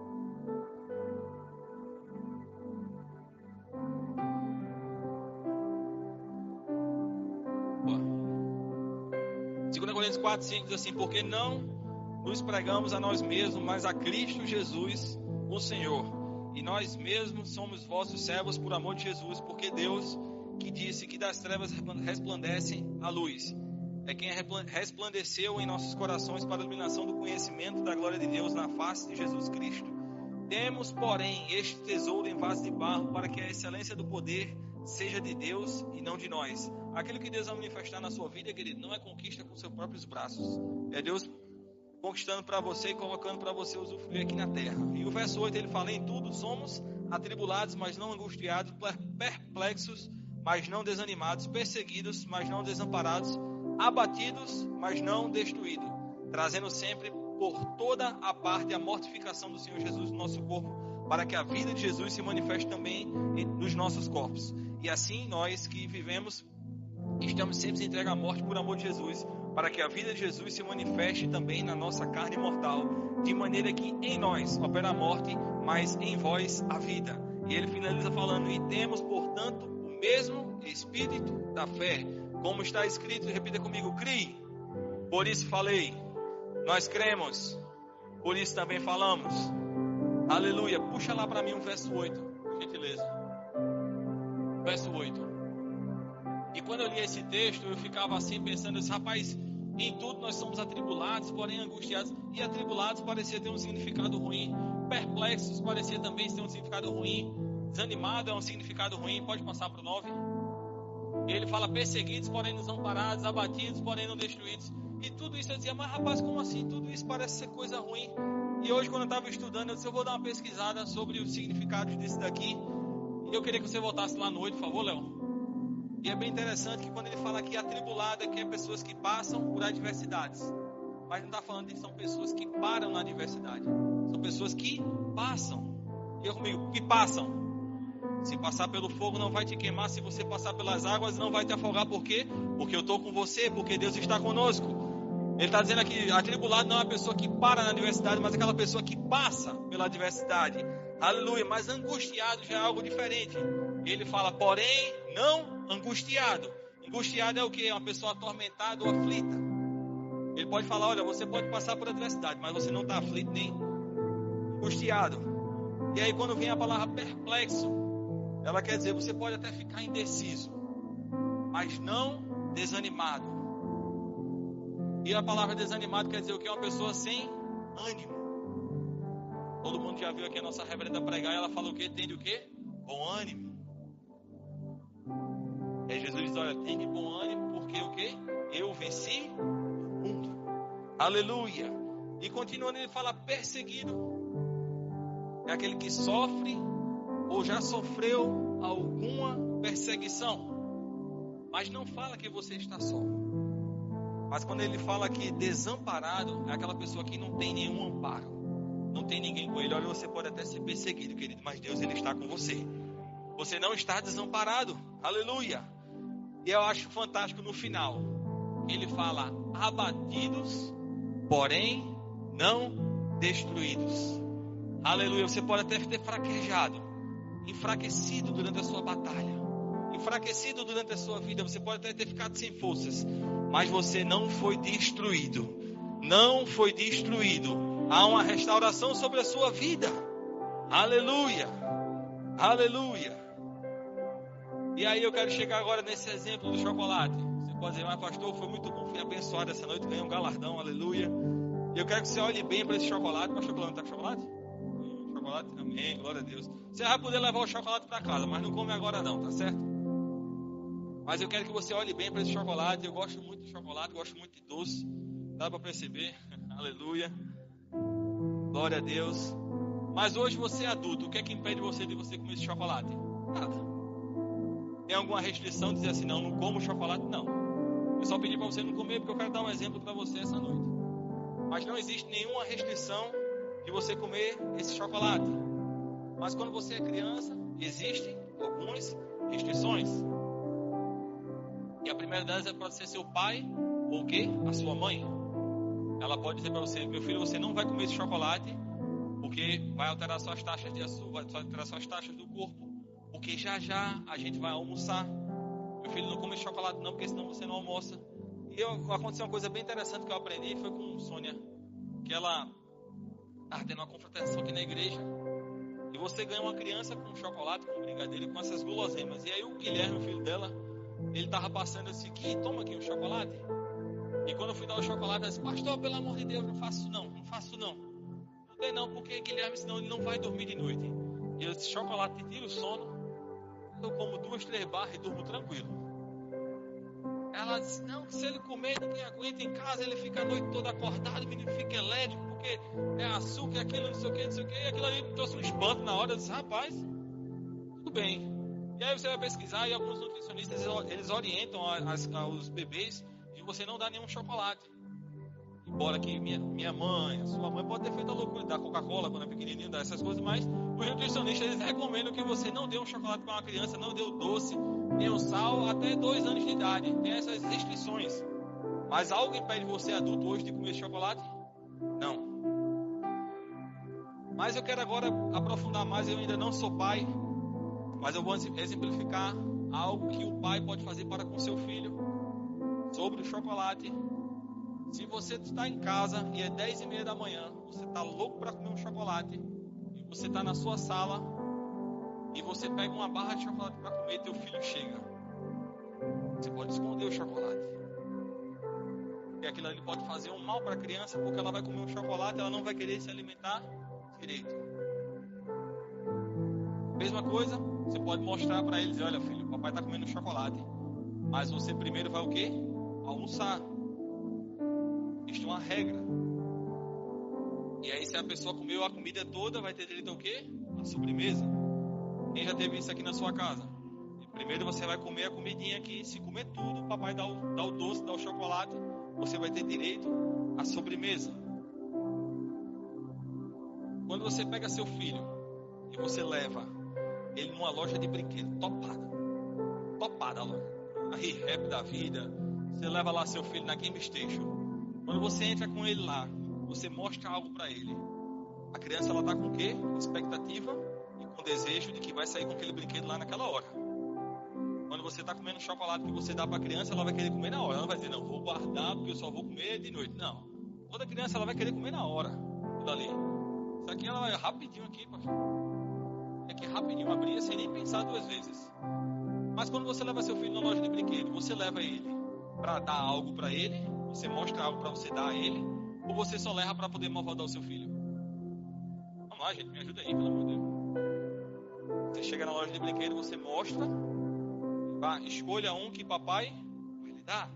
Segunda Coríntios quatro, cinco diz assim, porque não nos pregamos a nós mesmos, mas a Cristo Jesus, o Senhor. E nós mesmos somos vossos servos por amor de Jesus, porque Deus, que disse que das trevas resplandece a luz, é quem resplandeceu em nossos corações para a iluminação do conhecimento da glória de Deus na face de Jesus Cristo. Temos, porém, este tesouro em vaso de barro, para que a excelência do poder seja de Deus e não de nós. Aquilo que Deus vai manifestar na sua vida, querido, não é conquista com seus próprios braços. É Deus conquistando para você e colocando para você usufruir aqui na terra. E o verso oito ele fala, em tudo somos atribulados, mas não angustiados, perplexos, mas não desanimados, perseguidos, mas não desamparados, abatidos, mas não destruídos, trazendo sempre por toda a parte a mortificação do Senhor Jesus no nosso corpo, para que a vida de Jesus se manifeste também nos nossos corpos. E assim nós que vivemos, estamos sempre entregues à morte por amor de Jesus, para que a vida de Jesus se manifeste também na nossa carne mortal, de maneira que em nós opera a morte, mas em vós a vida. E ele finaliza falando, e temos, portanto, o mesmo Espírito da fé, como está escrito, repita comigo, crie, por isso falei, nós cremos, por isso também falamos. Aleluia. Puxa lá para mim o verso oito, por gentileza. Verso oito. E quando eu li esse texto, eu ficava assim pensando, eu disse, rapaz, em tudo nós somos atribulados, porém angustiados. E atribulados parecia ter um significado ruim. Perplexos parecia também ter um significado ruim. Desanimado é um significado ruim. Pode passar para o nove. Ele fala perseguidos, porém desamparados, abatidos, porém não destruídos. E tudo isso eu dizia, mas rapaz, como assim? Tudo isso parece ser coisa ruim. E hoje quando eu estava estudando, eu disse, eu vou dar uma pesquisada sobre os significados disso daqui. E eu queria que você voltasse lá no oito, por favor, Léo. E é bem interessante que quando ele fala que atribulado é que é pessoas que passam por adversidades. Mas não está falando de são pessoas que param na adversidade. São pessoas que passam. E eu comigo, que passam. Se passar pelo fogo não vai te queimar. Se você passar pelas águas não vai te afogar. Por quê? Porque eu estou com você. Porque Deus está conosco. Ele está dizendo aqui, atribulado não é uma pessoa que para na adversidade, mas aquela pessoa que passa pela adversidade. Aleluia. Mas angustiado já é algo diferente. Ele fala, porém, não angustiado. Angustiado é o que? É uma pessoa atormentada ou aflita. Ele pode falar, olha, você pode passar por adversidade, mas você não está aflito nem angustiado. E aí quando vem a palavra perplexo, ela quer dizer, você pode até ficar indeciso, mas não desanimado. E a palavra desanimado quer dizer o que? É uma pessoa sem ânimo. Todo mundo já viu aqui a nossa reverenda pregar, ela fala o que? Tem de o quê? Bom ânimo. E aí Jesus diz, olha, tem de bom ânimo, porque o quê? Eu venci o mundo. Aleluia. E continuando ele fala perseguido. É aquele que sofre ou já sofreu alguma perseguição. Mas não fala que você está só. Mas quando ele fala que desamparado, é aquela pessoa que não tem nenhum amparo. Não tem ninguém com ele. Olha, você pode até ser perseguido, querido, mas Deus ele está com você. Você não está desamparado. Aleluia. E eu acho fantástico no final. ele fala abatidos, porém não destruídos. Aleluia. Você pode até ter fraquejado, enfraquecido durante a sua batalha, enfraquecido durante a sua vida. Você pode até ter ficado sem forças, mas você não foi destruído. Não foi destruído. Há uma restauração sobre a sua vida. Aleluia. Aleluia. E aí eu quero chegar agora nesse exemplo do chocolate. Você pode dizer, mas pastor, foi muito bom, fui abençoado essa noite, ganhei um galardão, aleluia. E eu quero que você olhe bem para esse chocolate. Pastor, não está com chocolate? Chocolate? Amém, glória a Deus. Você vai poder levar o chocolate para casa, mas não come agora não, tá certo? Mas eu quero que você olhe bem para esse chocolate. Eu gosto muito de chocolate, gosto muito de doce. Dá para perceber? Aleluia. Glória a Deus. Mas hoje você é adulto, o que é que impede você de você comer esse chocolate? Nada. Tem alguma restrição de dizer assim, não, não como chocolate? Não. Eu só pedi para você não comer porque eu quero dar um exemplo para você essa noite. Mas não existe nenhuma restrição de você comer esse chocolate. Mas quando você é criança, existem algumas restrições. E a primeira delas pode ser seu pai ou o quê? A sua mãe. Ela pode dizer para você, meu filho, você não vai comer esse chocolate porque vai alterar suas taxas de açúcar, vai alterar suas taxas do corpo. Porque já já a gente vai almoçar. Meu filho, não come chocolate não, porque senão você não almoça. E eu, aconteceu uma coisa bem interessante que eu aprendi, foi com Sônia, que ela estava tendo uma confrontação aqui na igreja. E você ganha uma criança com chocolate, com brigadeiro, com essas guloseimas. E aí o Guilherme, o filho dela, ele estava passando assim, aqui, toma aqui um chocolate. E quando eu fui dar o chocolate, eu disse, pastor, pelo amor de Deus, não faço não, não faço não. Não tem não, porque Guilherme, senão ele não vai dormir de noite. E eu disse, chocolate te tira o sono. Eu como duas, três barras e durmo tranquilo. Ela disse, não, se ele comer, ninguém aguenta em casa, ele fica a noite toda acordado, o menino fica elétrico, porque é açúcar, é aquilo, não sei o que, não sei o que, e aquilo ali me trouxe um espanto na hora. Eu disse, rapaz, tudo bem. E aí você vai pesquisar, e alguns nutricionistas, eles orientam as, os bebês de você não dar nenhum chocolate. Embora que minha, minha mãe, a sua mãe pode ter feito a loucura de dar Coca-Cola quando é pequenininho, dar essas coisas, mas os nutricionistas, eles recomendam que você não dê um chocolate para uma criança, não dê o doce, nem o sal, até dois anos de idade. Tem essas restrições. Mas algo impede você, adulto, hoje de comer chocolate? Não. Mas eu quero agora aprofundar mais, eu ainda não sou pai, mas eu vou exemplificar algo que o pai pode fazer para com seu filho sobre o chocolate. Se você está em casa e é dez e meia da manhã, você está louco para comer um chocolate, e você está na sua sala, e você pega uma barra de chocolate para comer e teu filho chega. Você pode esconder o chocolate. E aquilo ali pode fazer um mal para a criança, porque ela vai comer um chocolate e ela não vai querer se alimentar direito. Mesma coisa, você pode mostrar para eles, olha filho, o papai está comendo chocolate, mas você primeiro vai o quê? Almoçar. Isto é uma regra. E aí se a pessoa comeu a comida toda, vai ter direito ao quê? A sobremesa. Quem já teve isso aqui na sua casa? E primeiro você vai comer a comidinha aqui. Se comer tudo, o papai dá o, dá o doce, dá o chocolate, você vai ter direito à sobremesa. Quando você pega seu filho e você leva ele numa loja de brinquedo topada, topada a loja, a Rehab da vida, você leva lá seu filho na Game Station. Quando você entra com ele lá, você mostra algo para ele. A criança, ela tá com o quê? Com expectativa e com desejo de que vai sair com aquele brinquedo lá naquela hora. Quando você tá comendo chocolate que você dá para a criança, ela vai querer comer na hora. Ela vai dizer, não, vou guardar porque eu só vou comer de noite. Não. Toda criança, ela vai querer comer na hora. Tudo ali. Isso aqui, ela vai rapidinho aqui, pastor. Aqui rapidinho abrir, sem nem pensar duas vezes. Mas quando você leva seu filho na loja de brinquedo, você leva ele para dar algo para ele, você mostra algo para você dar a ele, ou você só leva para poder malvadar o seu filho? Vamos lá, gente, me ajuda aí, pelo amor de Deus. Você chega na loja de brinquedo, você mostra, tá? Escolha um que papai vai lhe dar.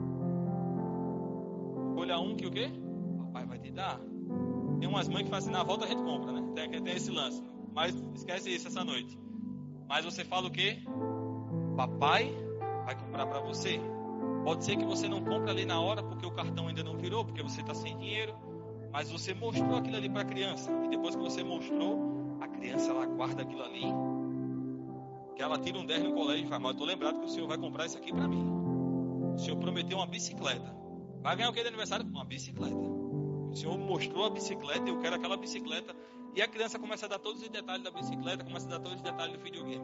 Escolha um que o quê? Papai vai te dar. Tem umas mães que fazem, na volta a gente compra, né? Tem, tem esse lance. Mas esquece isso essa noite. Mas você fala o quê? Papai vai comprar para você. Pode ser que você não compre ali na hora porque o cartão ainda não virou, porque você está sem dinheiro, mas você mostrou aquilo ali para a criança. E depois que você mostrou, a criança, ela guarda aquilo ali, que ela tira um dez no colégio e fala, mas eu estou lembrado que o senhor vai comprar isso aqui para mim. O Senhor prometeu uma bicicleta. Vai ganhar o que de aniversário? Uma bicicleta. O Senhor mostrou a bicicleta e eu quero aquela bicicleta. E a criança começa a dar todos os detalhes da bicicleta, começa a dar todos os detalhes do videogame.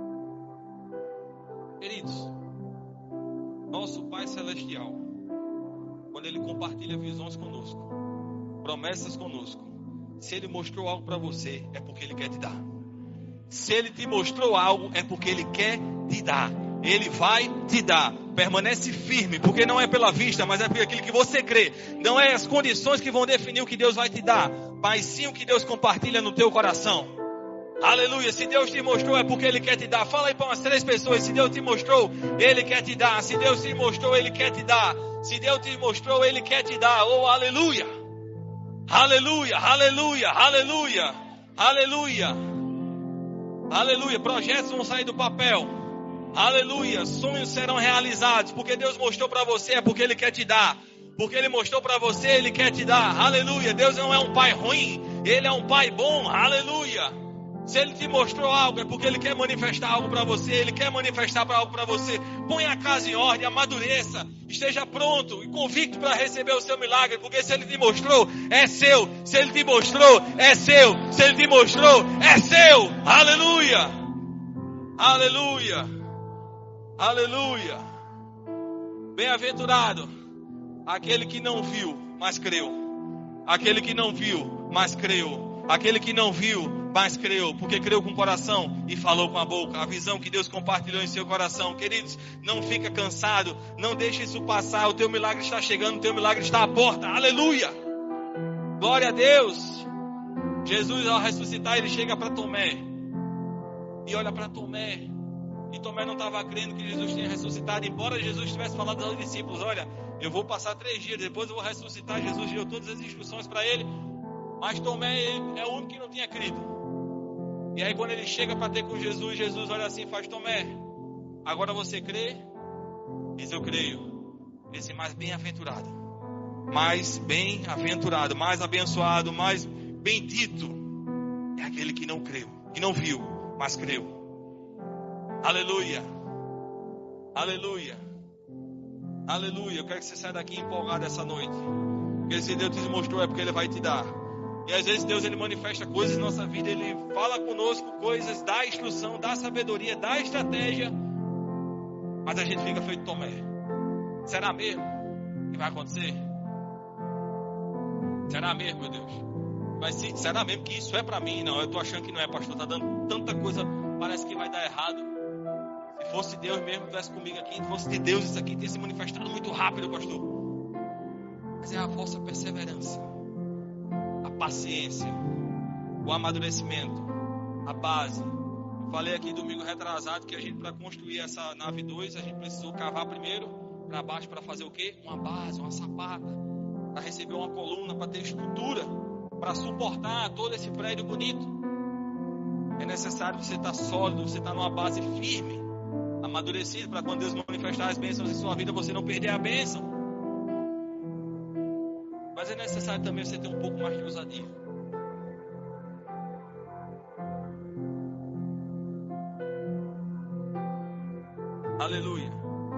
Queridos, nosso Pai Celestial, quando Ele compartilha visões conosco, promessas conosco, se Ele mostrou algo para você, é porque Ele quer te dar. Se Ele te mostrou algo, é porque Ele quer te dar. Ele vai te dar. Permanece firme, porque não é pela vista, mas é por aquilo que você crê. Não é as condições que vão definir o que Deus vai te dar, mas sim o que Deus compartilha no teu coração. Aleluia. Se Deus te mostrou, é porque Ele quer te dar. Fala aí para umas três pessoas. Se Deus te mostrou, Ele quer te dar. Se Deus te mostrou, Ele quer te dar. Se Deus te mostrou, Ele quer te dar. Oh, aleluia. Aleluia, aleluia, aleluia, aleluia. Aleluia. Projetos vão sair do papel. Aleluia. Sonhos serão realizados. Porque Deus mostrou para você, é porque Ele quer te dar. Porque Ele mostrou para você, Ele quer te dar. Aleluia. Deus não é um pai ruim. Ele é um pai bom. Aleluia. Se Ele te mostrou algo, é porque Ele quer manifestar algo para você. Ele quer manifestar algo para você. Põe a casa em ordem, amadureça. Esteja pronto e convicto para receber o seu milagre. Porque se Ele te mostrou, é seu. Se Ele te mostrou, é seu. Se Ele te mostrou, é seu. Aleluia. Aleluia. Aleluia. Bem-aventurado aquele que não viu, mas creu. Aquele que não viu, mas creu. Aquele que não viu, mas creu, porque creu com o coração e falou com a boca. A visão que Deus compartilhou em seu coração. Queridos, não fica cansado, não deixe isso passar. O teu milagre está chegando, o teu milagre está à porta. Aleluia! Glória a Deus! Jesus, ao ressuscitar, Ele chega para Tomé e olha para Tomé. E Tomé não estava crendo que Jesus tinha ressuscitado. Embora Jesus tivesse falado aos discípulos: olha, eu vou passar três dias, depois eu vou ressuscitar. Jesus deu todas as instruções para ele. Mas Tomé é o único que não tinha crido. E aí quando ele chega para ter com Jesus, Jesus olha assim e faz: Tomé, agora você crê? Diz: eu creio. Esse mais bem-aventurado, mais bem-aventurado, mais abençoado, mais bendito é aquele que não creu, que não viu, mas creu. Aleluia. Aleluia. Aleluia. Eu quero que você saia daqui empolgado essa noite. Porque se Deus te mostrou, é porque Ele vai te dar. E às vezes Deus, Ele manifesta coisas em nossa vida. Ele fala conosco coisas, dá instrução, dá sabedoria, dá estratégia. Mas a gente fica feito Tomé. Será mesmo que vai acontecer? Será mesmo, meu Deus? Mas se, será mesmo que isso é para mim? Não, eu estou achando que não é, pastor. Está dando tanta coisa, parece que vai dar errado. Se fosse Deus mesmo que estivesse comigo aqui, se fosse de Deus, isso aqui tinha se manifestado muito rápido, pastor. Mas é a vossa perseverança, a paciência, o amadurecimento, a base. Eu falei aqui domingo retrasado que a gente, para construir essa nave dois, a gente precisou cavar primeiro para baixo para fazer o quê? Uma base, uma sapata, para receber uma coluna, para ter estrutura, para suportar todo esse prédio bonito. É necessário você estar sólido, você estar numa base firme, amadurecido, para quando Deus manifestar as bênçãos em sua vida, você não perder a bênção. Mas é necessário também você ter um pouco mais de ousadia. Aleluia.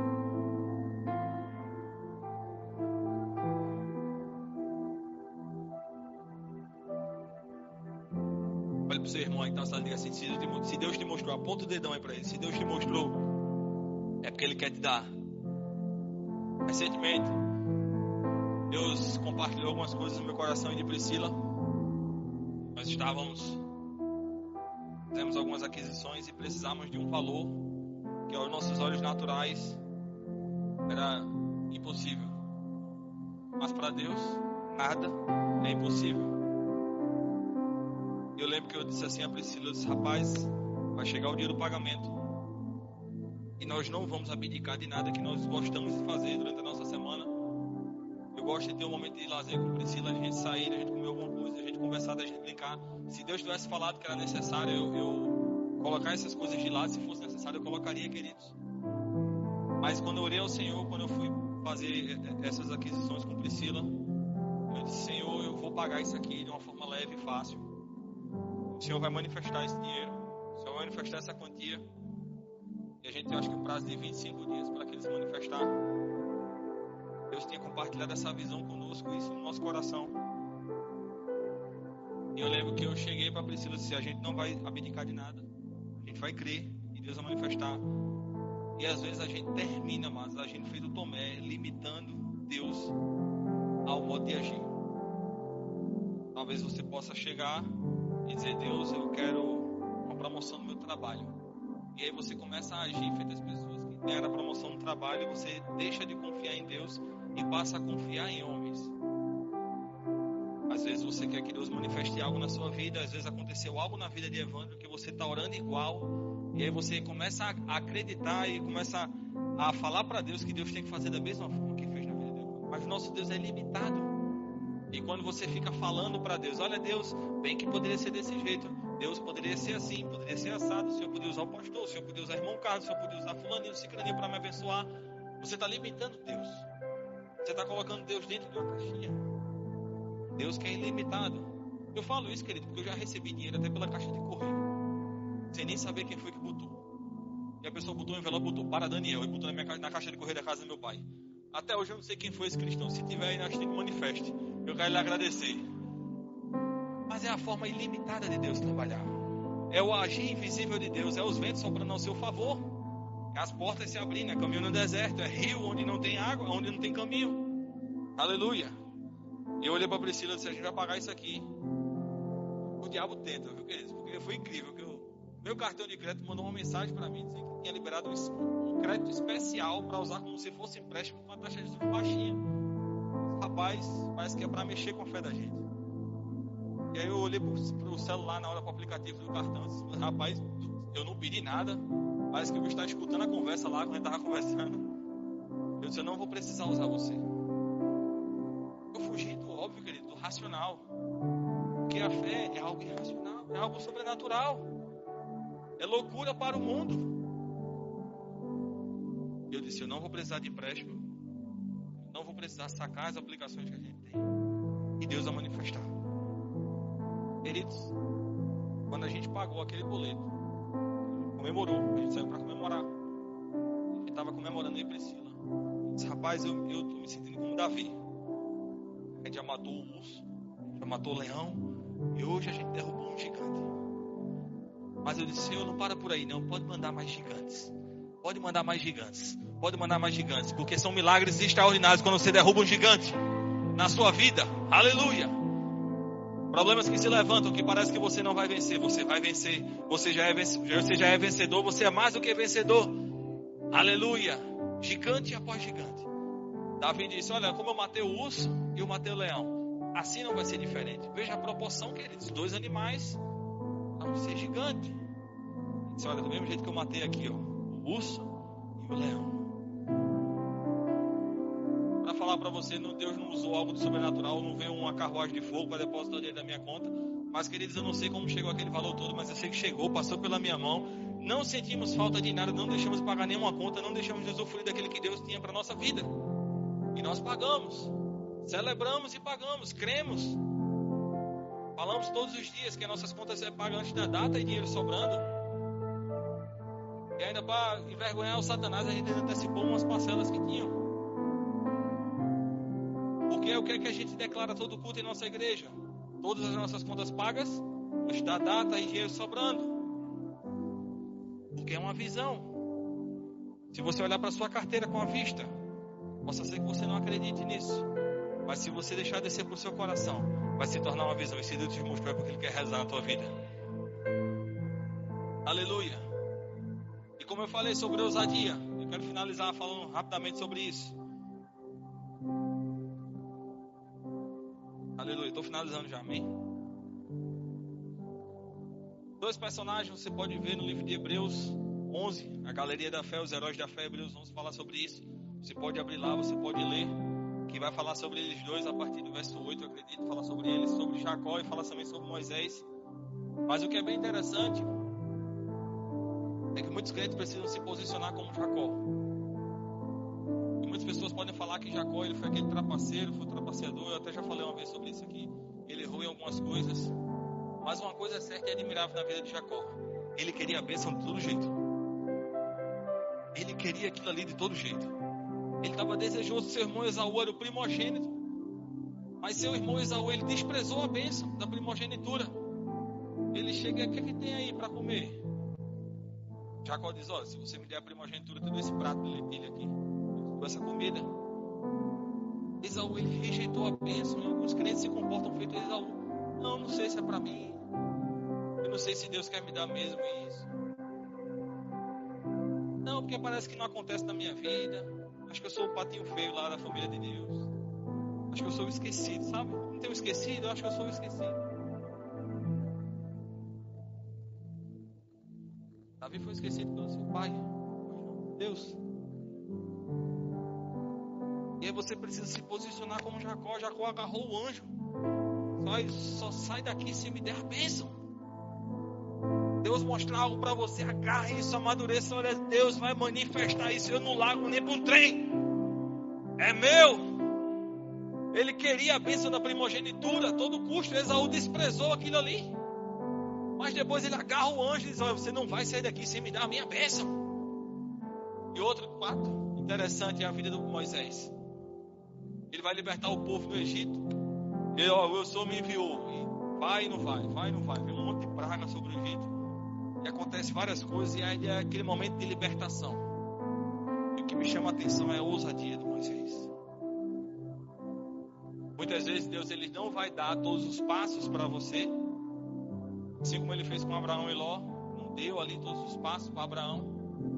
Olha para o seu irmão aí que está diga assim: se Deus te mostrou, aponta o dedão aí para ele. Se Deus te mostrou, é porque Ele quer te dar. Recentemente, Deus compartilhou algumas coisas no meu coração e de Priscila. Nós estávamos, fizemos algumas aquisições e precisávamos de um valor que aos nossos olhos naturais era impossível. Mas para Deus, nada é impossível. Eu lembro que eu disse assim a Priscila, eu disse: rapaz, vai chegar o dia do pagamento e nós não vamos abdicar de nada que nós gostamos de fazer durante a nossa semana. Eu gosto de ter um momento de lazer com Priscila, a gente sair, a gente comer alguma coisa, a gente conversar, a gente brincar. Se Deus tivesse falado que era necessário eu, eu colocar essas coisas de lado, se fosse necessário eu colocaria, queridos. Mas quando eu orei ao Senhor, quando eu fui fazer essas aquisições com Priscila, eu disse: Senhor, eu vou pagar isso aqui de uma forma leve e fácil. O Senhor vai manifestar esse dinheiro, o Senhor vai manifestar essa quantia. E a gente tem, acho que, um prazo de vinte e cinco dias para que Ele se manifestar. Deus tinha compartilhado essa visão conosco, isso no nosso coração. E eu lembro que eu cheguei para Priscila e disse: a gente não vai abdicar de nada. A gente vai crer e Deus vai manifestar. E às vezes a gente termina, mas a gente fez o Tomé, limitando Deus ao modo de agir. Talvez você possa chegar e dizer: Deus, eu quero uma promoção no meu trabalho. E aí você começa a agir feito as pessoas que deram a promoção no trabalho, e você deixa de confiar em Deus e passa a confiar em homens. Às vezes você quer que Deus manifeste algo na sua vida, às vezes aconteceu algo na vida de Evandro que você está orando igual, e aí você começa a acreditar e começa a falar para Deus que Deus tem que fazer da mesma forma que fez na vida dele. Mas o nosso Deus é limitado. E quando você fica falando para Deus: olha Deus, bem que poderia ser desse jeito, Deus poderia ser assim, poderia ser assado, o Senhor poderia usar o pastor, o Senhor poderia usar o irmão Carlos, o Senhor poderia usar fulaninho, ciclaninho para me abençoar. Você está limitando Deus. Você está colocando Deus dentro de uma caixinha. Deus que é ilimitado. Eu falo isso, querido, porque eu já recebi dinheiro até pela caixa de correio, sem nem saber quem foi que botou. E a pessoa botou um envelope, botou para Daniel, e botou na, minha caixa, na caixa de correio da casa do meu pai. Até hoje eu não sei quem foi esse cristão. Se tiver aí, acho que manifeste. Eu quero lhe agradecer. Mas é a forma ilimitada de Deus trabalhar. É o agir invisível de Deus. É os ventos soprando ao seu favor. É as portas se abrindo. É caminho no deserto. É rio onde não tem água, onde não tem caminho. Aleluia. E eu olhei para a Priscila e disse: a gente vai pagar isso aqui. O diabo tenta, viu, queridos? Porque foi incrível. Que eu, meu cartão de crédito mandou uma mensagem para mim, dizendo que tinha liberado um, um crédito especial para usar como se fosse empréstimo com uma taxa de juros baixinha. Rapaz, parece que é para mexer com a fé da gente. E aí eu olhei para o celular na hora, para o aplicativo do cartão, e disse: rapaz, eu não pedi nada. Parece que eu estava escutando a conversa lá, quando a gente estava conversando. Eu disse: eu não vou precisar usar você. Eu fugi do óbvio, querido, do racional. Porque a fé é algo irracional, é algo sobrenatural. É loucura para o mundo. Eu disse: eu não vou precisar de empréstimo. Não vou precisar sacar as aplicações que a gente tem. E Deus vai manifestar. Queridos, quando a gente pagou aquele boleto, comemorou, a gente saiu para comemorar. A gente estava comemorando eu e Priscila. Eu disse: rapaz, eu estou me sentindo como Davi. A gente já matou o urso, já matou o leão, e hoje a gente derrubou um gigante. Mas eu disse: Senhor, não para por aí não, pode mandar mais gigantes. Pode mandar mais gigantes. Pode mandar mais gigantes, porque são milagres extraordinários quando você derruba um gigante na sua vida. Aleluia. Problemas que se levantam, que parece que você não vai vencer, você vai vencer. Você já é vencedor, você já é vencedor, você é mais do que vencedor. Aleluia. Gigante após gigante. Davi disse: olha, como eu matei o urso e eu matei o leão, assim não vai ser diferente. Veja a proporção, queridos, dois animais vão ser gigantes. Ele disse: olha, do mesmo jeito que eu matei aqui, ó, o urso e o leão. Para falar para você, não, Deus não usou algo de sobrenatural, não veio uma carruagem de fogo para depositar dentro da minha conta. Mas, queridos, eu não sei como chegou aquele valor todo, mas eu sei que chegou, passou pela minha mão. Não sentimos falta de nada, não deixamos de pagar nenhuma conta, não deixamos de usufruir daquele que Deus tinha para a nossa vida. E nós pagamos, celebramos e pagamos, cremos. Falamos todos os dias que as nossas contas é pagas antes da data e dinheiro sobrando. E ainda para envergonhar o Satanás, a gente antecipou umas parcelas que tinham. Porque é o que é que a gente declara todo culto em nossa igreja. Todas as nossas contas pagas, antes da data e dinheiro sobrando. Porque é uma visão. Se você olhar para a sua carteira com a vista, possa ser que você não acredite nisso. Mas se você deixar descer para o seu coração, vai se tornar uma visão. E se Deus te mostrou, é porque Ele quer rezar na tua vida. Aleluia. E como eu falei sobre ousadia, eu quero finalizar falando rapidamente sobre isso. Aleluia. Estou finalizando já, amém? Dois personagens você pode ver no livro de Hebreus onze. A galeria da fé, os heróis da fé, Hebreus onze fala sobre isso. Você pode abrir lá, você pode ler, que vai falar sobre eles dois a partir do verso oito, eu acredito, fala sobre eles, sobre Jacó e fala também sobre Moisés. Mas o que é bem interessante é que muitos crentes precisam se posicionar como Jacó. E muitas pessoas podem falar que Jacó ele foi aquele trapaceiro, foi trapaceador, eu até já falei uma vez sobre isso aqui, ele errou em algumas coisas. Mas uma coisa certa e admirável na vida de Jacó, ele queria a bênção de todo jeito. Ele queria aquilo ali de todo jeito. Ele estava desejoso, seu irmão Esaú era o primogênito. Mas seu irmão Esaú, ele desprezou a bênção da primogenitura. Ele chega e o que, é que tem aí para comer? Jacó diz, olha, se você me der a primogenitura, eu te dou esse prato de lentilha aqui, com essa comida. Esaú, ele rejeitou a bênção. E alguns crentes se comportam feito Esaú. Não, não sei se é para mim. Eu não sei se Deus quer me dar mesmo isso. Não, porque parece que não acontece na minha vida. Acho que eu sou o patinho feio lá da família de Deus. Acho que eu sou o esquecido, sabe? Não tenho esquecido, eu acho que eu sou o esquecido. Davi foi esquecido pelo seu pai. Deus. E aí você precisa se posicionar como Jacó. Jacó agarrou o anjo. Só, só sai daqui se me der a bênção. Deus mostrar algo para você, agarre isso, amadureça. Olha, Deus vai manifestar isso. Eu não largo nem para um trem. É meu. Ele queria a bênção da primogenitura a todo custo. Esaú desprezou aquilo ali. Mas depois ele agarra o anjo e diz, olha, você não vai sair daqui sem me dar a minha bênção. E outro fato interessante é a vida de Moisés. Ele vai libertar o povo do Egito. Ele, ó, o Senhor me enviou. E vai e não vai, vai e não vai. Vem um monte de praga sobre o Egito. E acontece várias coisas. E aí é aquele momento de libertação. E o que me chama a atenção é a ousadia de Moisés. Muitas vezes Deus ele não vai dar todos os passos para você. Assim como ele fez com Abraão e Ló. Não deu ali todos os passos para Abraão.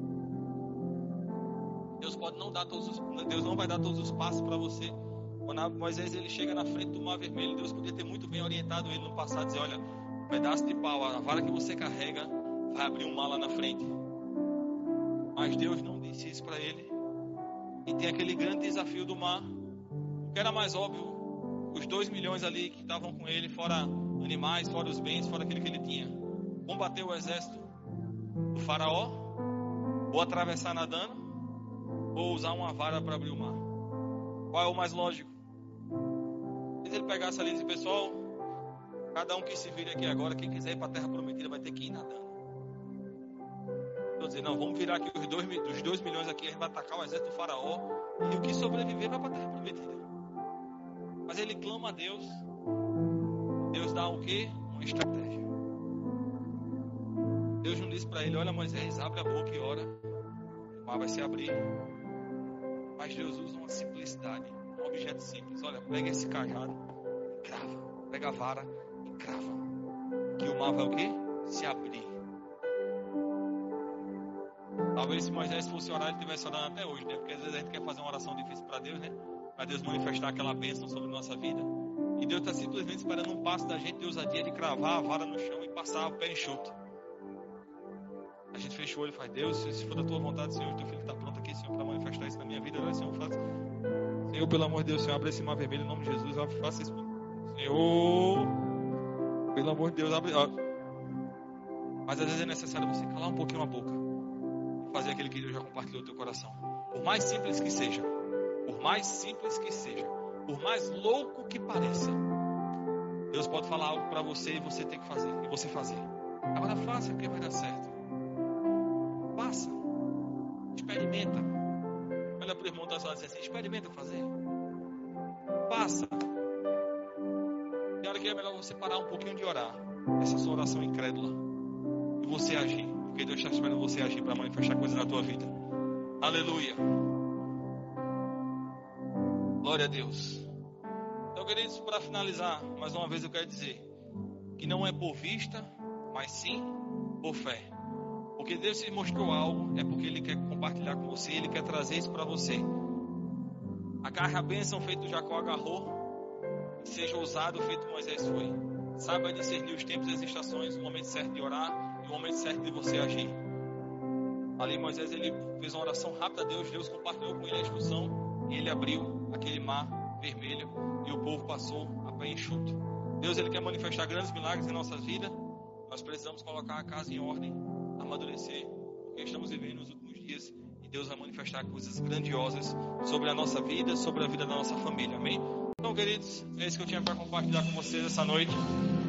Deus pode não dar todos os, Deus não vai dar todos os passos para você. Quando Moisés ele chega na frente do Mar Vermelho, Deus podia ter muito bem orientado ele no passado, dizer, olha, um pedaço de pau, a vara que você carrega vai abrir um mar lá na frente. Mas Deus não disse isso para ele. E tem aquele grande desafio do mar. O que era mais óbvio, os dois milhões ali que estavam com ele, fora animais, fora os bens, fora aquilo que ele tinha. Combater o exército do faraó, ou atravessar nadando, ou usar uma vara para abrir o mar. Qual é o mais lógico? Se ele pegasse ali e disse, pessoal, cada um que se vire aqui agora, quem quiser ir para a terra prometida vai ter que ir nadando. Estou dizendo, não, vamos virar aqui os dois, dos dois milhões aqui, a gente vai atacar o exército do faraó, e o que sobreviver vai para a terra prometida. Mas ele clama a Deus. Deus dá o quê? Uma estratégia. Deus não disse para ele, olha Moisés, abre a boca e ora, o mar vai se abrir. Mas Deus usa uma simplicidade, um objeto simples. Olha, pega esse cajado e crava. Pega a vara e crava. Que o mar vai o quê? Se abrir. Talvez se Moisés fosse orar, ele estivesse orando até hoje, né? Porque às vezes a gente quer fazer uma oração difícil para Deus, né? Para Deus manifestar aquela bênção sobre a nossa vida. E Deus está simplesmente esperando um passo da gente de ousadia de cravar a vara no chão e passar o pé enxuto. A gente fecha o olho e faz, Deus, se for da tua vontade, Senhor, teu filho está pronto aqui, Senhor, para manifestar isso na minha vida. Olha, Senhor, faça. Senhor, pelo amor de Deus, Senhor, abre esse mar vermelho em nome de Jesus. Faça isso. Senhor, pelo amor de Deus, abre. Mas às vezes é necessário você calar um pouquinho a boca e fazer aquilo que Deus já compartilhou no teu coração. Por mais simples que seja, por mais simples que seja, por mais louco que pareça, Deus pode falar algo para você e você tem que fazer, e você fazer. Agora faça, porque vai dar certo. Faça. Experimenta. Olha para o irmão da sala e diz assim, experimenta fazer. Faça. Tem hora que é melhor você parar um pouquinho de orar, essa sua oração incrédula, e você agir, porque Deus está esperando você agir para manifestar coisas na tua vida. Aleluia. Glória a Deus. Então, queridos, para finalizar, mais uma vez eu quero dizer que não é por vista, mas sim por fé. Porque Deus se mostrou algo, é porque Ele quer compartilhar com você, Ele quer trazer isso para você. Agarre a bênção feito Jacó agarrou, e seja ousado feito Moisés foi. Saiba discernir os tempos e as estações, o momento certo de orar e o momento certo de você agir. Ali Moisés ele fez uma oração rápida a Deus, Deus compartilhou com ele a instrução e ele abriu aquele mar vermelho e o povo passou a pé enxuto. Deus ele quer manifestar grandes milagres em nossas vidas. Nós precisamos colocar a casa em ordem, amadurecer, porque estamos vivendo nos últimos dias e Deus vai manifestar coisas grandiosas sobre a nossa vida, sobre a vida da nossa família, amém? Então, queridos, é isso que eu tinha para compartilhar com vocês essa noite.